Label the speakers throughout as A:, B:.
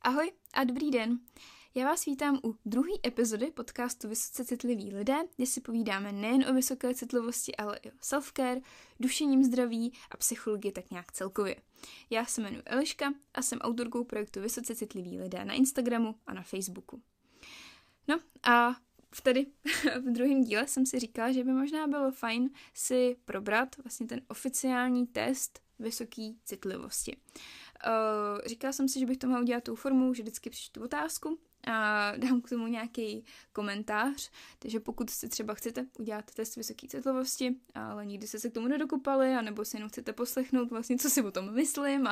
A: Ahoj a dobrý den. Já vás vítám u druhé epizody podcastu Vysoce citliví lidé, kde si povídáme nejen o vysoké citlivosti, ale i o self-care, duševním zdraví a psychologii tak nějak celkově. Já se jmenuji Eliška a jsem autorkou projektu Vysoce citliví lidé na Instagramu a na Facebooku. No a v druhém díle jsem si říkala, že by možná bylo fajn si probrat vlastně ten oficiální test vysoké citlivosti. Říkala jsem si, že bych to mohla udělat tou formou, že vždycky přečtu otázku a dám k tomu nějaký komentář, takže pokud si třeba chcete udělat test vysoké citlivosti, ale nikdy jste se k tomu nedokopali, anebo si jenom chcete poslechnout vlastně, co si o tom myslím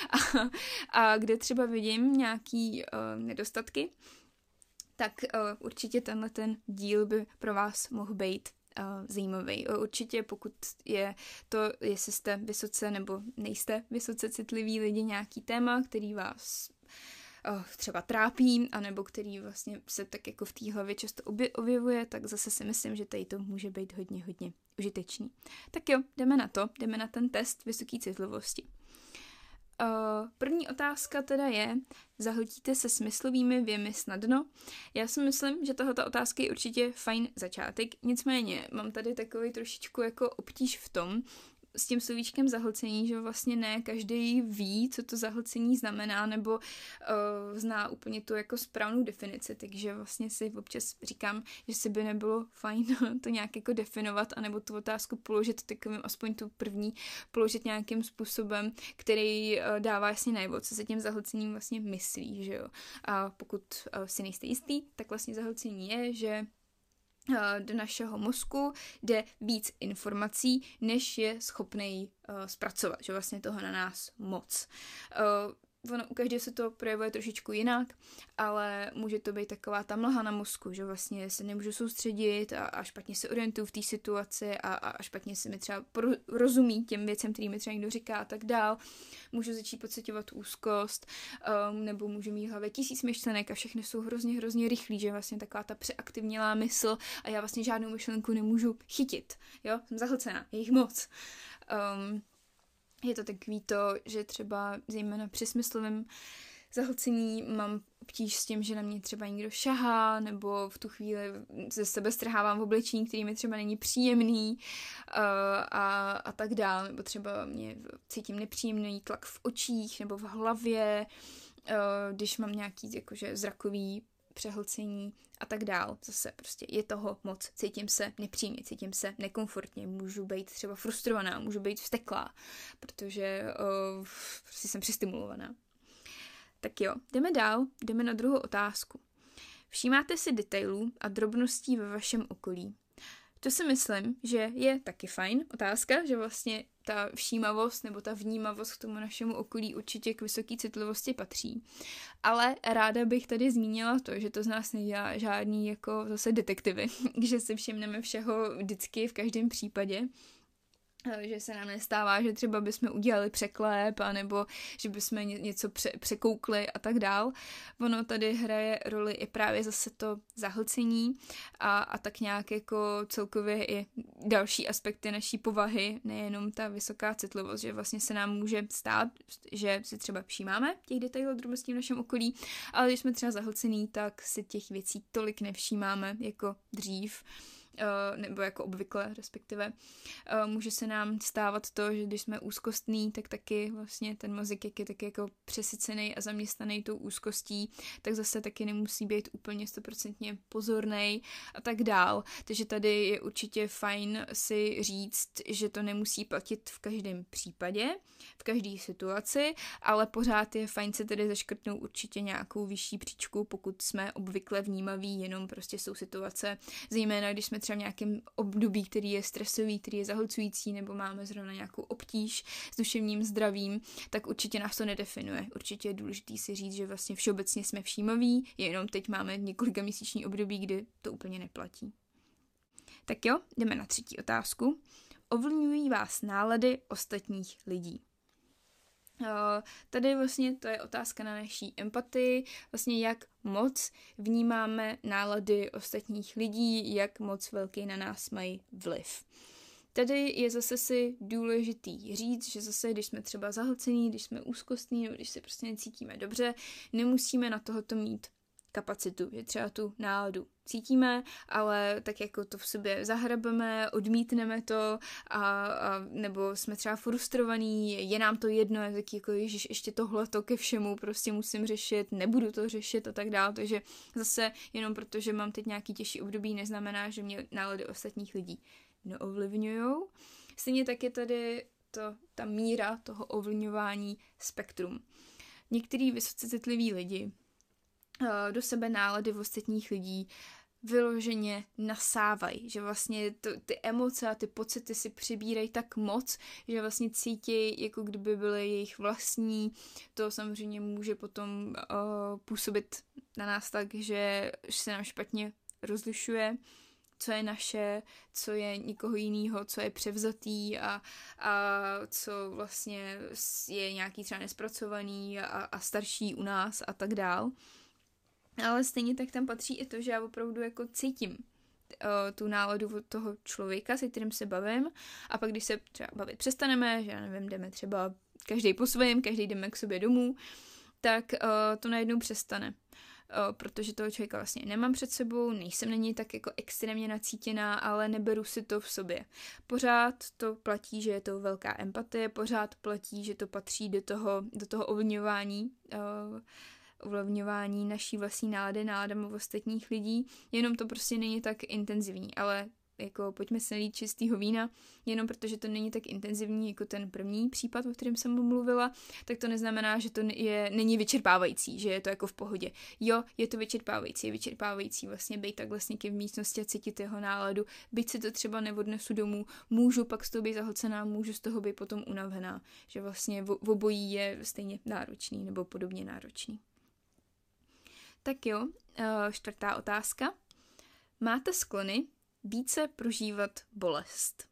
A: a kde třeba vidím nějaký nedostatky, tak určitě tenhle ten díl by pro vás mohl být zajímavý. Určitě pokud je to, jestli jste vysoce nebo nejste vysoce citliví lidi, nějaký téma, který vás třeba trápí, anebo který vlastně se tak jako v té hlavě často objevuje, tak zase si myslím, že tady to může být hodně užitečný. Tak jo, jdeme na ten test vysoké citlivosti. První otázka teda je, zahltíte se smyslovými věmy snadno? Já si myslím, že tahleta otázka je určitě fajn začátek, nicméně mám tady takový trošičku jako obtíž v tom, s tím slovíčkem zahlcení, že vlastně ne každý ví, co to zahlcení znamená, nebo zná úplně tu jako správnou definici, takže vlastně si občas říkám, že si by nebylo fajn to nějak jako definovat, anebo tu otázku položit takovým, aspoň tu první, položit nějakým způsobem, který dává jasně najevo, co se tím zahlcením vlastně myslí, že jo. A pokud si nejste jistý, tak vlastně zahlcení je, že do našeho mozku jde víc informací, než je schopnej zpracovat, že vlastně toho na nás moc. U každého se to projevuje trošičku jinak, ale může to být taková ta mlha na mozku, že vlastně se nemůžu soustředit a špatně se orientuju v té situaci a špatně se mi třeba rozumí těm věcem, který mi třeba někdo říká a tak dál. Můžu začít pociťovat úzkost, nebo můžu mít v hlavě 1000 myšlenek a všechny jsou hrozně rychlý, že vlastně taková ta přeaktivnělá mysl a já vlastně žádnou myšlenku nemůžu chytit. Jo? Jsem zahlcená, je jich moc. Je to takový to, že třeba zejména při smyslovém zahlcení mám obtíž s tím, že na mě třeba někdo šahá, nebo v tu chvíli ze sebe strhávám v oblečení, který mi třeba není příjemný a tak dále, nebo třeba mě cítím nepříjemný tlak v očích nebo v hlavě, když mám nějaký jakože zrakový přehlcení a tak dál. Zase prostě je toho moc, cítím se nepříjemně, cítím se nekomfortně, můžu být třeba frustrovaná, můžu být vzteklá, protože prostě jsem přestimulovaná. Tak jo, jdeme dál, jdeme na druhou otázku. Všímáte si detailů a drobností ve vašem okolí? To si myslím, že je taky fajn otázka, že vlastně ta všímavost nebo ta vnímavost k tomu našemu okolí určitě k vysoké citlivosti patří. Ale ráda bych tady zmínila to, že to z nás nedělá žádný jako zase detektivy, že si všimneme všeho vždycky v každém případě. Že se nám nestává, že třeba bychom udělali překlep, anebo že bychom něco překoukli a tak dál. Ono tady hraje roli i právě zase to zahlcení a tak nějak jako celkově i další aspekty naší povahy, nejenom ta vysoká citlivost, že vlastně se nám může stát, že si třeba všímáme těch detailů drobností v našem okolí, ale když jsme třeba zahlcený, tak si těch věcí tolik nevšímáme jako dřív, nebo jako obvykle respektive. Může se nám stávat to, že když jsme úzkostní, tak taky vlastně ten mozek, jak je taky jako přesycený a zaměstnaný tou úzkostí, tak zase taky nemusí být úplně 100% pozornej a tak dál. Takže tady je určitě fajn si říct, že to nemusí platit v každém případě, v každé situaci, ale pořád je fajn se tedy zaškrtnout určitě nějakou vyšší příčku, pokud jsme obvykle vnímaví, jenom prostě jsou situace, zejména když jsme třeba v nějakém období, který je stresový, který je zahlcující, nebo máme zrovna nějakou obtíž s duševním zdravím, tak určitě nás to nedefinuje. Určitě je důležité si říct, že vlastně všeobecně jsme všímaví, jenom teď máme několika měsíční období, kdy to úplně neplatí. Tak jo, jdeme na třetí otázku. Ovlivňují vás nálady ostatních lidí? Tady vlastně to je otázka na naší empatii, vlastně jak moc vnímáme nálady ostatních lidí, jak moc velký na nás mají vliv. Tady je zase si důležitý říct, že zase, když jsme třeba zahlcení, když jsme úzkostní, nebo když se prostě necítíme dobře, nemusíme na tohoto mít kapacitu, že třeba tu náladu cítíme, ale tak jako to v sobě zahrabeme, odmítneme to a nebo jsme třeba frustrovaní, je nám to jedno, tak jako ježiš, ještě tohleto ke všemu prostě musím řešit, nebudu to řešit a tak dále, takže zase jenom protože mám teď nějaký těžší období, neznamená, že mě nálady ostatních lidí neovlivňujou. Stejně tak je tady ta míra toho ovlivňování spektrum. Některý vysoce citliví lidi do sebe nálady v ostatních lidí vyloženě nasávají, že vlastně ty emoce a ty pocity si přibírají tak moc, že vlastně cítí, jako kdyby byly jejich vlastní. To samozřejmě může potom působit na nás tak, že se nám špatně rozlišuje, co je naše, co je někoho jiného, co je převzatý a co vlastně je nějaký třeba nespracovaný a starší u nás a tak dál. Ale stejně tak tam patří i to, že já opravdu jako cítím tu náladu od toho člověka, se kterým se bavím, a pak když se třeba bavit přestaneme, že já nevím, jdeme třeba každý po svém, každý jdeme k sobě domů, tak to najednou přestane. Protože toho člověka vlastně nemám před sebou, nejsem na něj tak jako extrémně nacítěná, ale neberu si to v sobě. Pořád to platí, že je to velká empatie, pořád platí, že to patří do toho ovlivňování naší vlastní náladami ostatních lidí, jenom to prostě není tak intenzivní, ale jako pojďme se nalít čistýho vína, jenom protože to není tak intenzivní jako ten první případ, o kterém jsem mluvila, tak to neznamená, že to není vyčerpávající, že je to jako v pohodě. Jo, je to vyčerpávající vlastně být takhle s někým v místnosti a cítit jeho náladu, byť si to třeba neodnesu domů, můžu pak z toho být zahlcená, můžu z toho být potom unavená, že vlastně v obojí je stejně náročný nebo podobně náročný. Tak jo, 4. otázka. Máte sklony více prožívat bolest?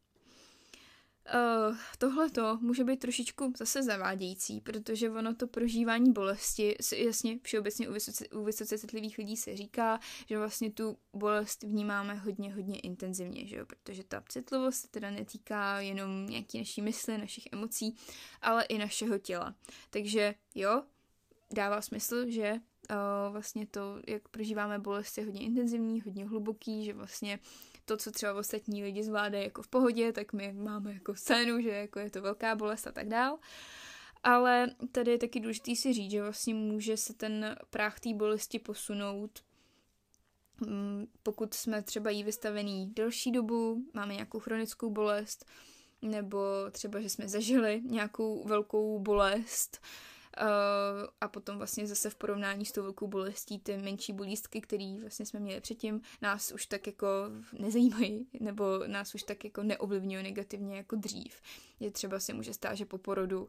A: Tohleto může být trošičku zase zavádějící, protože ono to prožívání bolesti, jasně všeobecně u vysoce citlivých lidí se říká, že vlastně tu bolest vnímáme hodně, hodně intenzivně, že jo? Protože ta citlivost se teda netýká jenom nějaký naší mysli, našich emocí, ale i našeho těla. Takže jo, dává smysl, že vlastně to, jak prožíváme bolest, je hodně intenzivní, hodně hluboký, že vlastně to, co třeba ostatní lidi zvládají jako v pohodě, tak my máme jako scénu, že jako je to velká bolest a tak dál. Ale tady je taky důležitý si říct, že vlastně může se ten práh té bolesti posunout, pokud jsme třeba jí vystavený delší dobu, máme nějakou chronickou bolest, nebo třeba, že jsme zažili nějakou velkou bolest, a potom vlastně zase v porovnání s tou velkou bolestí ty menší bolístky, které vlastně jsme měli předtím, nás už tak jako nezajímají, nebo nás už tak jako neovlivňují negativně jako dřív. Je třeba se může stát, že po porodu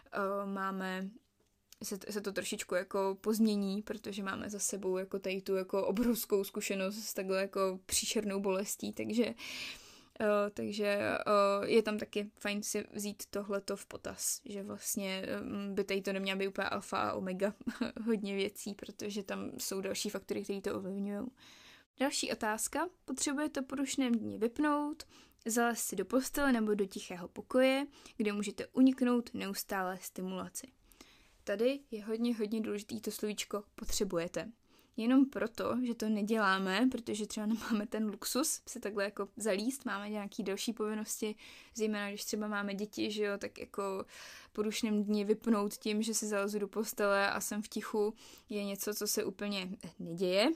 A: se to trošičku jako pozmění, protože máme za sebou jako tady tu jako obrovskou zkušenost s takhle jako příšernou bolestí, takže je tam taky fajn si vzít tohleto v potaz, že vlastně by tady to neměla být úplně alfa a omega hodně věcí, protože tam jsou další faktory, které to ovlivňují. Další otázka. Potřebujete po rušném dni vypnout, zalézt si do postele nebo do tichého pokoje, kde můžete uniknout neustálé stimulaci. Tady je hodně, hodně důležitý to slovíčko potřebujete. Jenom proto, že to neděláme, protože třeba nemáme ten luxus se takhle jako zalíst, máme nějaké další povinnosti, zejména když třeba máme děti, že jo, tak jako po rušném dni vypnout tím, že si zalezu do postele a jsem v tichu, je něco, co se úplně neděje.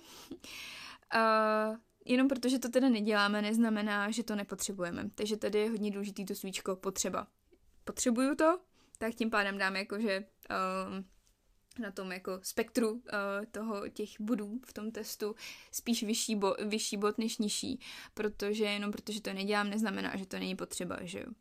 A: Jenom protože to teda neděláme, neznamená, že to nepotřebujeme. Takže tady je hodně důležitý to slovíčko potřeba. Potřebuju to, tak tím pádem dáme jakože na tom jako spektru těch bodů v tom testu spíš vyšší bod než nižší, protože jenom protože to nedělám, neznamená, že to není potřeba, že jo.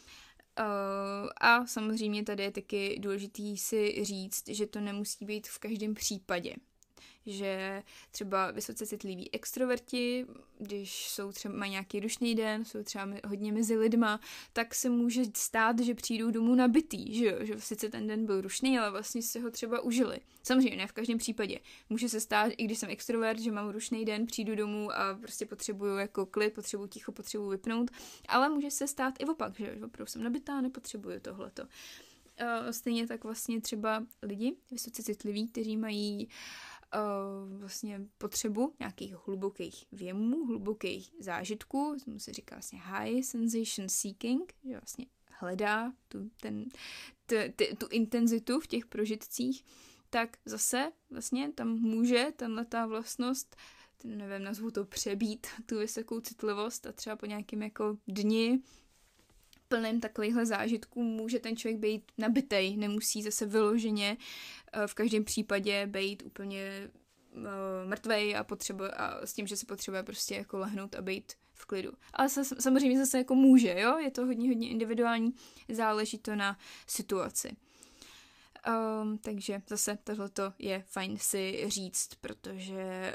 A: A samozřejmě tady je taky důležitý si říct, že to nemusí být v každém případě. že třeba vysoce citliví extroverti, když jsou třeba mají nějaký rušný den, jsou třeba hodně mezi lidma, tak se může stát, že přijdou domů nabitý, že jo, že sice ten den byl rušný, ale vlastně si ho třeba užili. Samozřejmě ne v každém případě. Může se stát, i když jsem extrovert, že mám rušný den, přijdu domů a prostě potřebuju jako klid, potřebuju ticho, potřebuju vypnout, ale může se stát i opak, že opravdu jsem nabitá, nepotřebuju tohleto. Stejně tak vlastně třeba lidi vysoce citliví, kteří mají vlastně potřebu nějakých hlubokých věmů, hlubokých zážitků, tomu se říká vlastně high sensation seeking, že vlastně hledá tu intenzitu v těch prožitcích, tak zase vlastně tam může tato vlastnost, nevím, nazvu to přebít, tu vysokou citlivost a třeba po nějakém jako dni plným takovýchhle zážitků může ten člověk být nabitej, nemusí zase vyloženě v každém případě být úplně mrtvej a s tím, že se potřebuje prostě jako lehnout a být v klidu. Ale samozřejmě zase jako může, jo? Je to hodně individuální, záleží to na situaci. Takže zase tohleto je fajn si říct, protože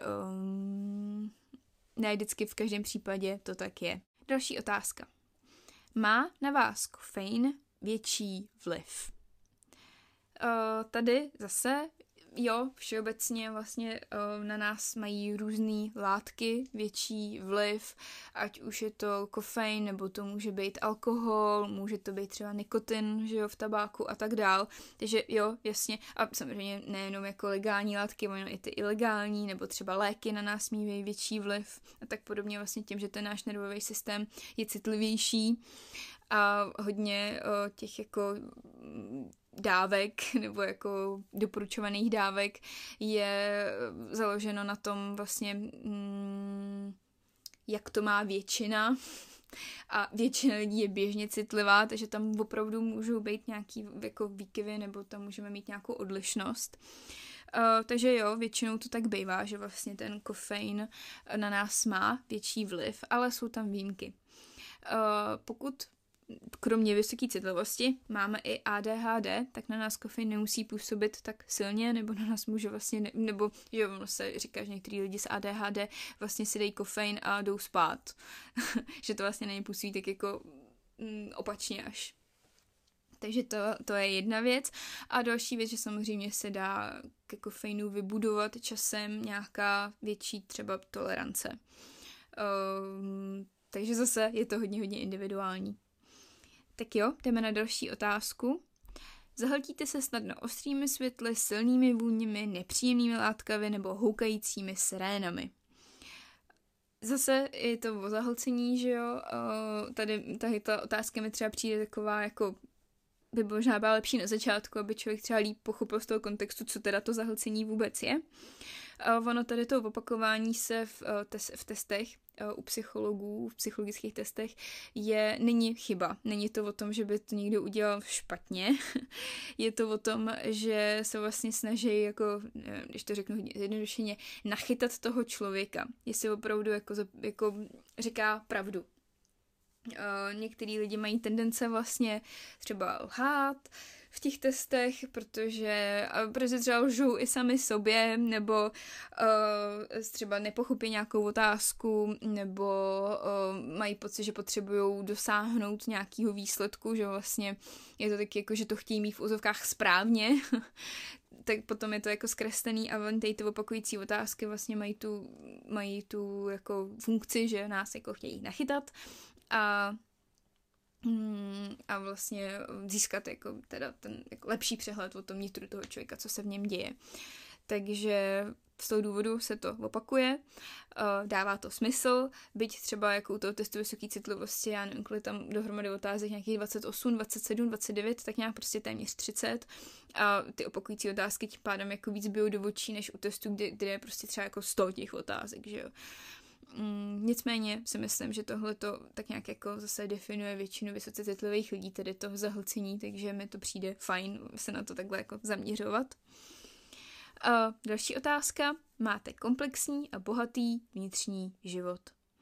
A: ne vždycky v každém případě to tak je. Další otázka. Má na vás kofein větší vliv? Tady zase, jo, všeobecně vlastně na nás mají různé látky větší vliv, ať už je to kofein, nebo to může být alkohol, může to být třeba nikotin, že jo, v tabáku a tak dál. Takže jo, jasně, a samozřejmě nejenom jako legální látky, ale i ty ilegální, nebo třeba léky na nás mývají větší vliv a tak podobně vlastně tím, že ten náš nervový systém je citlivější a hodně těch jako dávek nebo jako doporučovaných dávek je založeno na tom vlastně, jak to má většina. A většina lidí je běžně citlivá, takže tam opravdu můžou být nějaký jako výkyvy nebo tam můžeme mít nějakou odlišnost. Takže jo, většinou to tak bývá, že vlastně ten kofein na nás má větší vliv, ale jsou tam výjimky. Pokud kromě vysoké citlivosti máme i ADHD, tak na nás kofein nemusí působit tak silně, nebo na nás může vlastně, nebo že ono se říká, že některý lidi s ADHD vlastně si dají kofein a jdou spát. Že to vlastně na ně působí tak jako opačně až. Takže to je jedna věc. A další věc, že samozřejmě se dá ke kofeinu vybudovat časem nějaká větší třeba tolerance. Takže zase je to hodně individuální. Tak jo, jdeme na další otázku. Zahltíte se snadno ostrými světly, silnými vůněmi, nepříjemnými látkami nebo houkajícími sirénami. Zase je to o zahlcení, že jo? Tady ta otázka mi třeba přijde taková, jako by možná byla lepší na začátku, aby člověk třeba líp pochopil z toho kontextu, co teda to zahlcení vůbec je. Ono tady to opakování se v testech, u psychologů, v psychologických testech, není chyba. Není to o tom, že by to někdo udělal špatně. Je to o tom, že se vlastně snaží, jako, když to řeknu jednodušeně, nachytat toho člověka. Jestli opravdu jako říká pravdu. Některý lidi mají tendence vlastně třeba lhát v těch testech, protože třeba lžou i sami sobě, nebo třeba nepochopí nějakou otázku, nebo mají pocit, že potřebují dosáhnout nějakého výsledku, že vlastně je to taky jako, že to chtějí mít v úzovkách správně, tak potom je to jako zkreslený a ty opakující otázky vlastně mají tu jako funkci, že nás jako chtějí nachytat a vlastně získat jako teda ten jako lepší přehled o tom nitru toho člověka, co se v něm děje. Takže z toho důvodu se to opakuje, dává to smysl, byť třeba jako u toho testu vysoké citlivosti, já nevím, kolik tam dohromady otázek nějakých 28, 27, 29, tak nějak prostě téměř 30 a ty opakující otázky tím pádem jako víc bijou do očí, než u testu, kde je prostě třeba jako 100 těch otázek, že jo. Nicméně si myslím, že tohle to tak nějak jako zase definuje většinu vysoce citlivých lidí, tedy toho zahlcení, takže mi to přijde fajn se na to takhle jako zaměřovat. Další otázka. Máte komplexní a bohatý vnitřní život?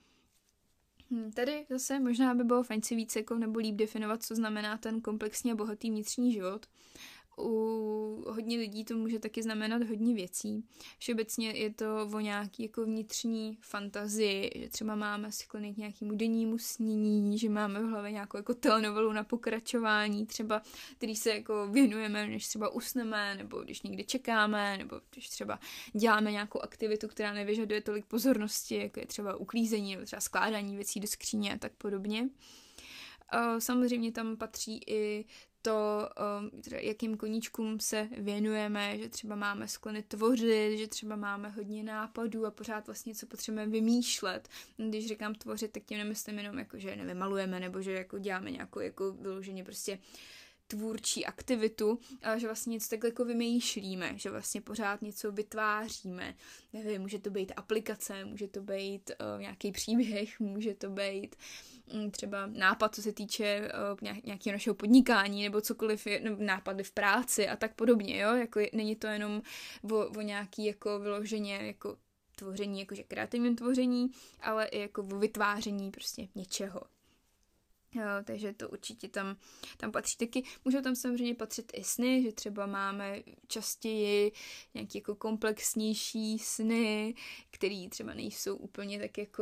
A: Tady zase možná by bylo fajn si víc jako nebo líp definovat, co znamená ten komplexní a bohatý vnitřní život. u hodně lidí to může taky znamenat hodně věcí. Všeobecně je to o nějaký jako vnitřní fantazii, že třeba máme sklony k nějakému dennímu snění, že máme v hlavě nějakou jako telenovelu na pokračování, třeba který se jako věnujeme, než třeba usneme, nebo když někde čekáme, nebo když třeba děláme nějakou aktivitu, která nevyžaduje tolik pozornosti, jako je třeba uklízení nebo třeba skládání věcí do skříně a tak podobně. Samozřejmě tam patří i to, jakým koníčkům se věnujeme, že třeba máme sklony tvořit, že třeba máme hodně nápadů a pořád vlastně co potřebujeme vymýšlet. Když říkám tvořit, tak tím nemyslím jenom jako, že nevymalujeme nebo že jako děláme nějakou jako vyloženě prostě tvůrčí aktivitu, ale že vlastně něco takhle jako vymýšlíme, že vlastně pořád něco vytváříme. Nevím, může to být aplikace, může to být nějaký příběh, může to být třeba nápad, co se týče nějakého našeho podnikání nebo cokoliv, nápady v práci a tak podobně, jo, jako není to jenom o nějaký jako vyloženě jako tvoření, jakože kreativním tvoření, ale i jako o vytváření prostě něčeho. Jo, takže to určitě tam patří taky. Můžou tam samozřejmě patřit i sny, že třeba máme častěji nějaké jako komplexnější sny, které třeba nejsou úplně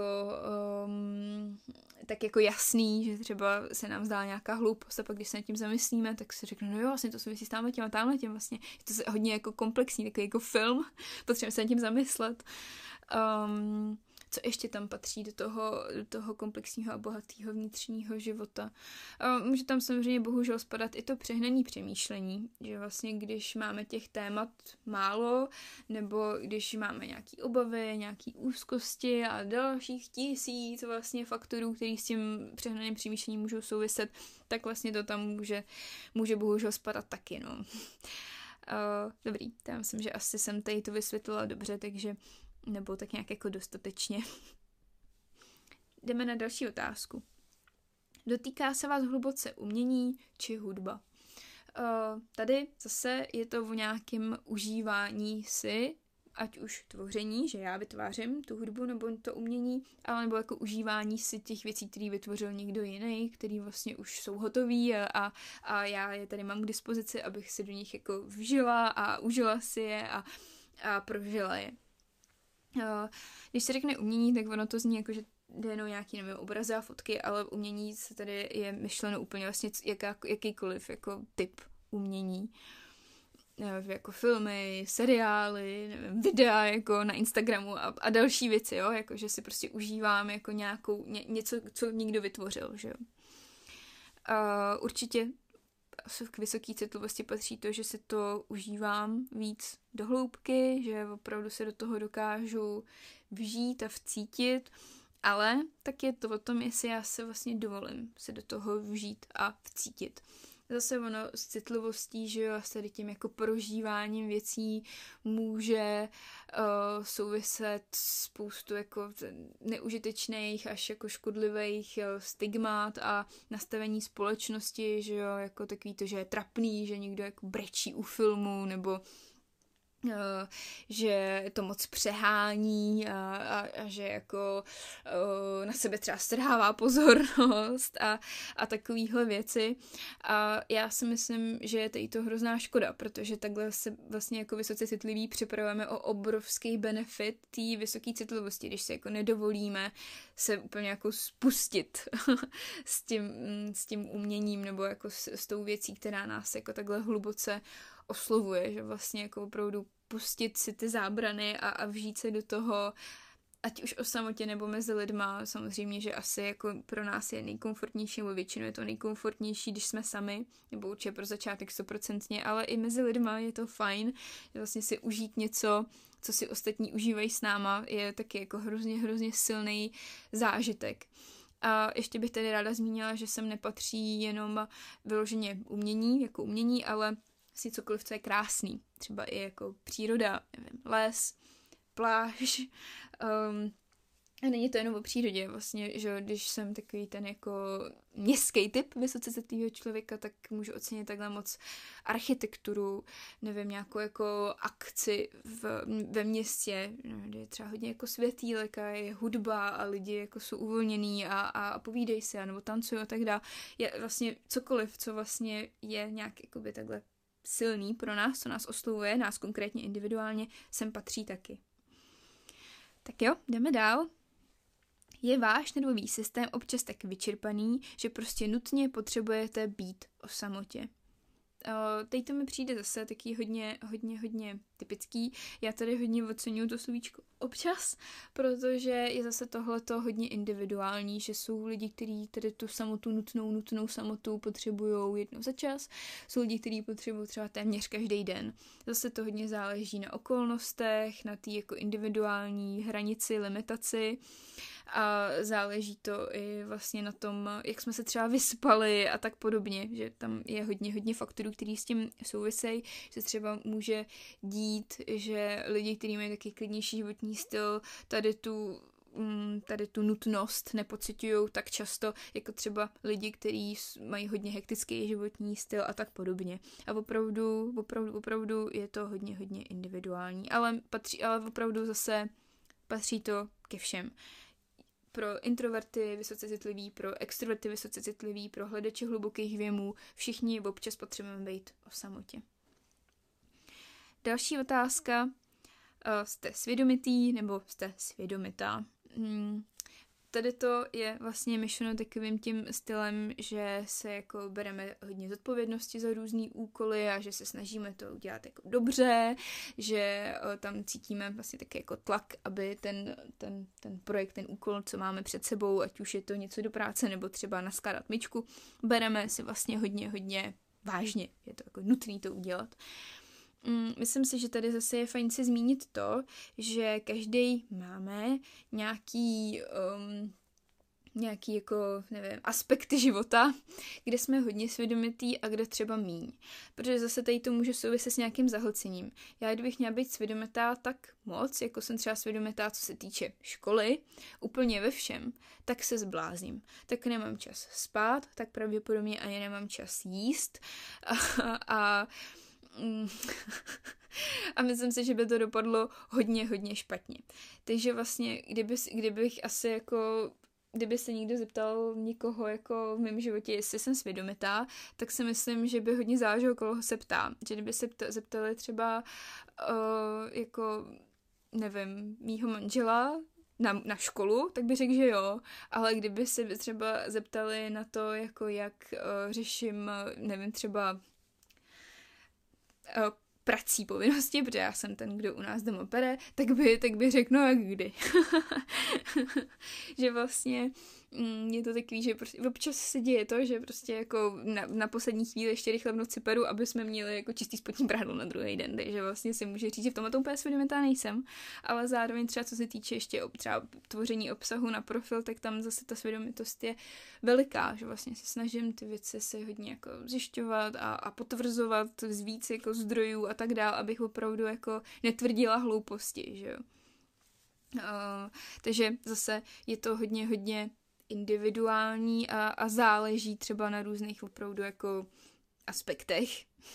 A: tak jako jasný, že třeba se nám zdá nějaká hloupost a pak když se nad tím zamyslíme, tak si řeknu, no jo, vlastně to souvisí s támhletím a támhletím vlastně. Je to hodně jako komplexní, takový jako film, potřebujeme se nad tím zamyslet. Co ještě tam patří do toho komplexního a bohatého vnitřního života. Může tam samozřejmě bohužel spadat i to přehnané přemýšlení, že vlastně když máme těch témat málo, nebo když máme nějaké obavy, nějaké úzkosti a dalších 1000 vlastně faktorů, který s tím přehnaným přemýšlením můžou souviset, tak vlastně to tam může bohužel spadat taky, no. Dobrý, já myslím, že asi jsem tady to vysvětlila dobře, takže nebo tak nějak jako dostatečně. Jdeme na další otázku. Dotýká se vás hluboce umění či hudba? Tady zase je to o nějakém užívání si, ať už tvoření, že já vytvářím tu hudbu nebo to umění, ale nebo jako užívání si těch věcí, které vytvořil někdo jiný, který vlastně už jsou hotový a já je tady mám k dispozici, abych si do nich jako vžila a užila si je a prožila je. Když se řekne umění, tak ono to zní jako, že jde jenom nějaký, nevím, obrazy a fotky, ale umění se tady je myšleno úplně vlastně jakýkoliv jako typ umění. Jako filmy, seriály, nevím, videa jako na Instagramu a další věci, jo, jako že si prostě užívám jako něco, co někdo vytvořil, že jo. Určitě k vysoké citlivosti patří to, že si to užívám víc do hloubky, že opravdu se do toho dokážu vžít a vcítit, ale tak je to o tom, jestli já se vlastně dovolím se do toho vžít a vcítit. Zase ono s citlivostí, že jo, a s tady tím jako prožíváním věcí může souviset spoustu jako neužitečných až jako škodlivých stigmat a nastavení společnosti, že jo, jako takový to, že je trapný, že někdo jako brečí u filmu, nebo že to moc přehání a že jako na sebe třeba strhává pozornost a takovýhle věci. A já si myslím, že je to hrozná škoda, protože takhle se vlastně jako vysoce citliví připravujeme o obrovský benefit té vysoké citlivosti, když se jako nedovolíme se úplně jako spustit s tím uměním nebo jako s tou věcí, která nás jako takhle hluboce oslovuje, že vlastně jako opravdu pustit si ty zábrany a vžít se do toho, ať už o samotě nebo mezi lidma. Samozřejmě, že asi jako pro nás je nejkomfortnější, nebo většinou je to nejkomfortnější, když jsme sami, nebo určitě pro začátek 100%, ale i mezi lidma je to fajn, vlastně si užít něco, co si ostatní užívají s náma, je taky jako hrozně silný zážitek. A ještě bych tady ráda zmínila, že sem nepatří jenom vyloženě umění, ale si cokoliv, co je krásný. Třeba i jako příroda, nevím, les, pláž. A není to jenom o přírodě, vlastně, že když jsem takový ten jako městský typ vysoce citlivého člověka, tak můžu ocenit takhle moc architekturu, nevím, nějakou jako akci ve městě, kde je třeba hodně jako světýlek a je hudba a lidi jako jsou uvolněný a povídej se, nebo tancují a tak dále. Je vlastně cokoliv, co vlastně je nějak jakoby takhle silný pro nás, co nás oslovuje, nás konkrétně individuálně, sem patří taky. Tak jo, jdeme dál. Je váš nervový systém občas tak vyčerpaný, že prostě nutně potřebujete být o samotě? Teď to mi přijde zase taky hodně typický. Já tady hodně oceňuju to slovíčko občas, protože je zase tohleto hodně individuální, že jsou lidi, kteří tady tu samotu, nutnou samotu potřebujou jednou za čas, jsou lidi, kteří potřebují třeba téměř každý den. Zase to hodně záleží na okolnostech, na té jako individuální hranici, limitaci a záleží to i vlastně na tom, jak jsme se třeba vyspali a tak podobně, že tam je hodně faktorů, který s tím souvisejí, že třeba může dít, že lidi, kteří mají taky klidnější životní styl, tady tu nutnost nepociťují tak často, jako třeba lidi, kteří mají hodně hektický životní styl a tak podobně. A opravdu je to hodně individuální, ale opravdu zase patří to ke všem. Pro introverty vysoce citlivý, pro extroverty vysoce citlivý, pro hledače hlubokých věmů, všichni občas potřebujeme být o samotě. Další otázka. Jste svědomitý nebo jste svědomitá? Tady to je vlastně myšleno takovým tím stylem, že se jako bereme hodně zodpovědnosti za různý úkoly a že se snažíme to udělat jako dobře, že tam cítíme vlastně taky jako tlak, aby ten projekt, ten úkol, co máme před sebou, ať už je to něco do práce nebo třeba naskládat myčku, bereme si vlastně hodně vážně. Je to jako nutný to udělat. Myslím si, že tady zase je fajn si zmínit to, že každý máme nějaký jako, nevím, aspekty života, kde jsme hodně svědomitý a kde třeba míň. Protože zase tady to může souviset s nějakým zahlcením. Já kdybych měla být svědomitá tak moc, jako jsem třeba svědomitá, co se týče školy, úplně ve všem, tak se zblázním. Tak nemám čas spát, tak pravděpodobně ani nemám čas jíst a myslím si, že by to dopadlo hodně špatně. Takže vlastně, kdybych asi jako, kdyby se někdo zeptal někoho jako v mém životě, jestli jsem svědomitá, tak si myslím, že by hodně záleželo, koho se ptá. Že kdyby se zeptali třeba jako, nevím, mýho manžela na školu, tak by řekl, že jo, ale kdyby se třeba zeptali na to, jako jak řeším, nevím, třeba prací povinnosti, protože já jsem ten, kdo u nás doma pere, tak by řekl, no jak kdy. Že vlastně je to takový, že prostě občas se děje to, že prostě jako na poslední chvíli ještě rychle v noci peru, aby jsme měli jako čistý spodní prádlo na druhý den, takže vlastně si může říct, že v tomhle úplně svědomitá nejsem, ale zároveň třeba co se týče ještě třeba tvoření obsahu na profil, tak tam zase ta svědomitost je veliká, že vlastně se snažím ty věci si hodně jako zjišťovat a potvrzovat z víc jako zdrojů a tak dál, abych opravdu jako netvrdila hlouposti, že jo. Takže zase je to hodně individuální a záleží třeba na různých opravdu jako aspektech.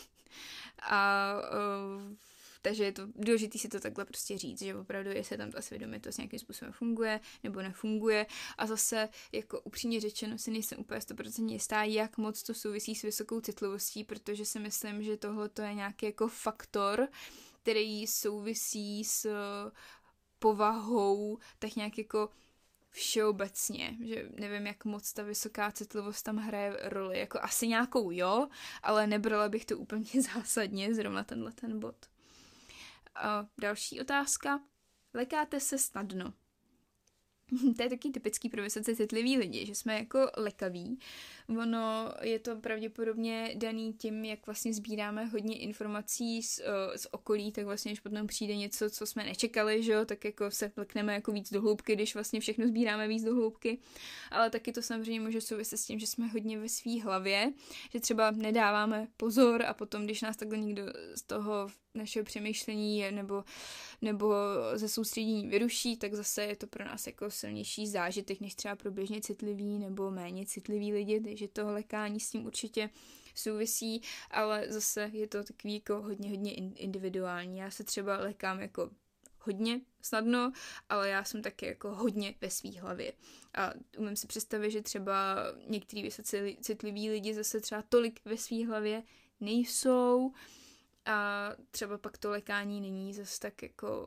A: Takže je to důležité si to takhle prostě říct, že opravdu jestli tam ta svědomitost nějakým způsobem funguje nebo nefunguje. A zase jako upřímně řečeno si nejsem úplně 100% jistá, jak moc to souvisí s vysokou citlivostí, protože si myslím, že tohle to je nějaký jako faktor, který souvisí s povahou tak nějak jako všeobecně, že nevím, jak moc ta vysoká citlivost tam hraje roli, jako asi nějakou jo, ale nebrala bych to úplně zásadně, zrovna ten bod. A další otázka. Lekáte se snadno? To je taky typický pro vysoce citlivý lidi, že jsme jako lekaví. Ono je to pravděpodobně daný tím, jak vlastně sbíráme hodně informací z okolí, tak vlastně, když potom přijde něco, co jsme nečekali, že jo, tak jako se lekneme jako víc do hloubky, když vlastně všechno sbíráme víc do hloubky. Ale taky to samozřejmě může souviset s tím, že jsme hodně ve svý hlavě, že třeba nedáváme pozor a potom, když nás takhle někdo z toho našeho přemýšlení nebo ze soustředění vyruší, tak zase je to pro nás jako silnější zážitek, než třeba pro běžně citlivý nebo méně citlivý lidi, takže to lekání s tím určitě souvisí, ale zase je to takový jako hodně individuální. Já se třeba lekám jako hodně snadno, ale já jsem taky jako hodně ve svý hlavě. A umím si představit, že třeba některý vysoce citliví lidi zase třeba tolik ve svý hlavě nejsou, a třeba pak to lekání není zase tak jako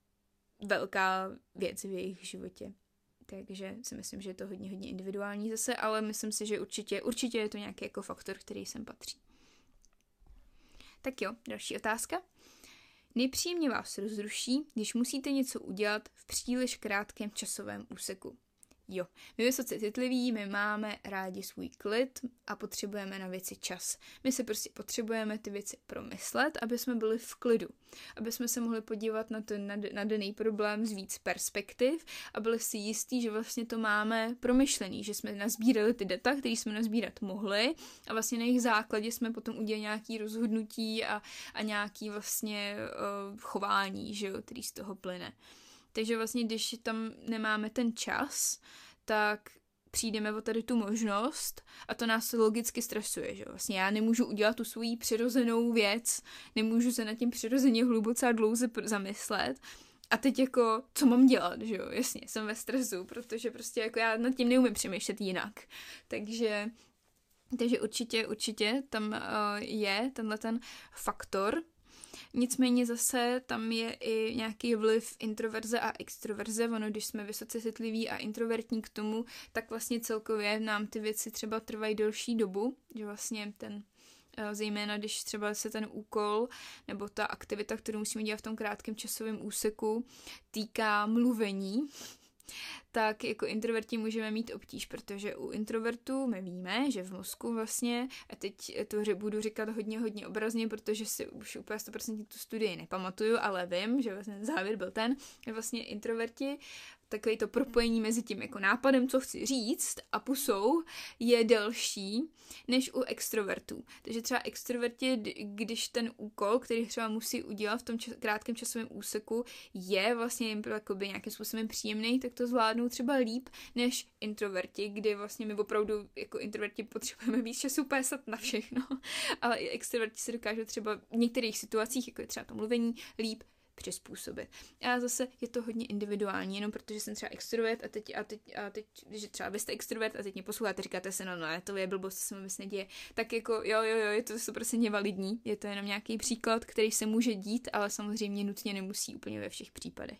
A: velká věc v jejich životě. Takže si myslím, že je to hodně individuální zase, ale myslím si, že určitě je to nějaký jako faktor, který sem patří. Tak jo, další otázka. Nejpříjemně vás rozruší, když musíte něco udělat v příliš krátkém časovém úseku. Jo, my vysoce citliví, my máme rádi svůj klid a potřebujeme na věci čas. My se prostě potřebujeme ty věci promyslet, aby jsme byli v klidu. Aby jsme se mohli podívat na daný problém z víc perspektiv a byli si jistí, že vlastně to máme promyšlený, že jsme nazbírali ty data, které jsme nazbírat mohli a vlastně na jejich základě jsme potom udělali nějaké rozhodnutí a nějaké vlastně chování, že jo, který z toho plyne. Takže vlastně, když tam nemáme ten čas, tak přijdeme o tady tu možnost a to nás logicky stresuje, že vlastně já nemůžu udělat tu svoji přirozenou věc, nemůžu se nad tím přirozeně hluboce a dlouze zamyslet a teď jako, co mám dělat, že jo, jasně, jsem ve stresu, protože prostě jako já nad tím neumím přemýšlet jinak, takže určitě tam je tenhle ten faktor. Nicméně zase tam je i nějaký vliv introverze a extroverze. Ono, když jsme vysoce citliví a introvertní k tomu, tak vlastně celkově nám ty věci třeba trvají delší dobu, že vlastně zejména když třeba se ten úkol nebo ta aktivita, kterou musíme dělat v tom krátkém časovém úseku, týká mluvení, tak jako introverti můžeme mít obtíž, protože u introvertů my víme, že v mozku vlastně, a teď to budu říkat hodně obrazně, protože si už úplně 100% tu studii nepamatuju, ale vím, že vlastně závěr byl ten, že vlastně introverti takové to propojení mezi tím jako nápadem, co chci říct a pusou je delší než u extrovertů. Takže třeba extroverti, když ten úkol, který třeba musí udělat v tom krátkém časovém úseku, je vlastně jim jakoby nějakým způsobem příjemný, tak to zvládnou třeba líp než introverti, kdy vlastně my opravdu jako introverti potřebujeme víc času pésat na všechno, ale i extroverti se dokážou třeba v některých situacích, jako je třeba to mluvení, líp přizpůsobit. A zase je to hodně individuální, jenom protože jsem třeba extrovert a teď, když třeba vy jste extrovert a teď mě posloucháte, říkáte se, no, to je blbost, to se mi vůbec neděje. Tak jako jo, je to 100% validní, je to jenom nějaký příklad, který se může dít, ale samozřejmě nutně nemusí úplně ve všech případech.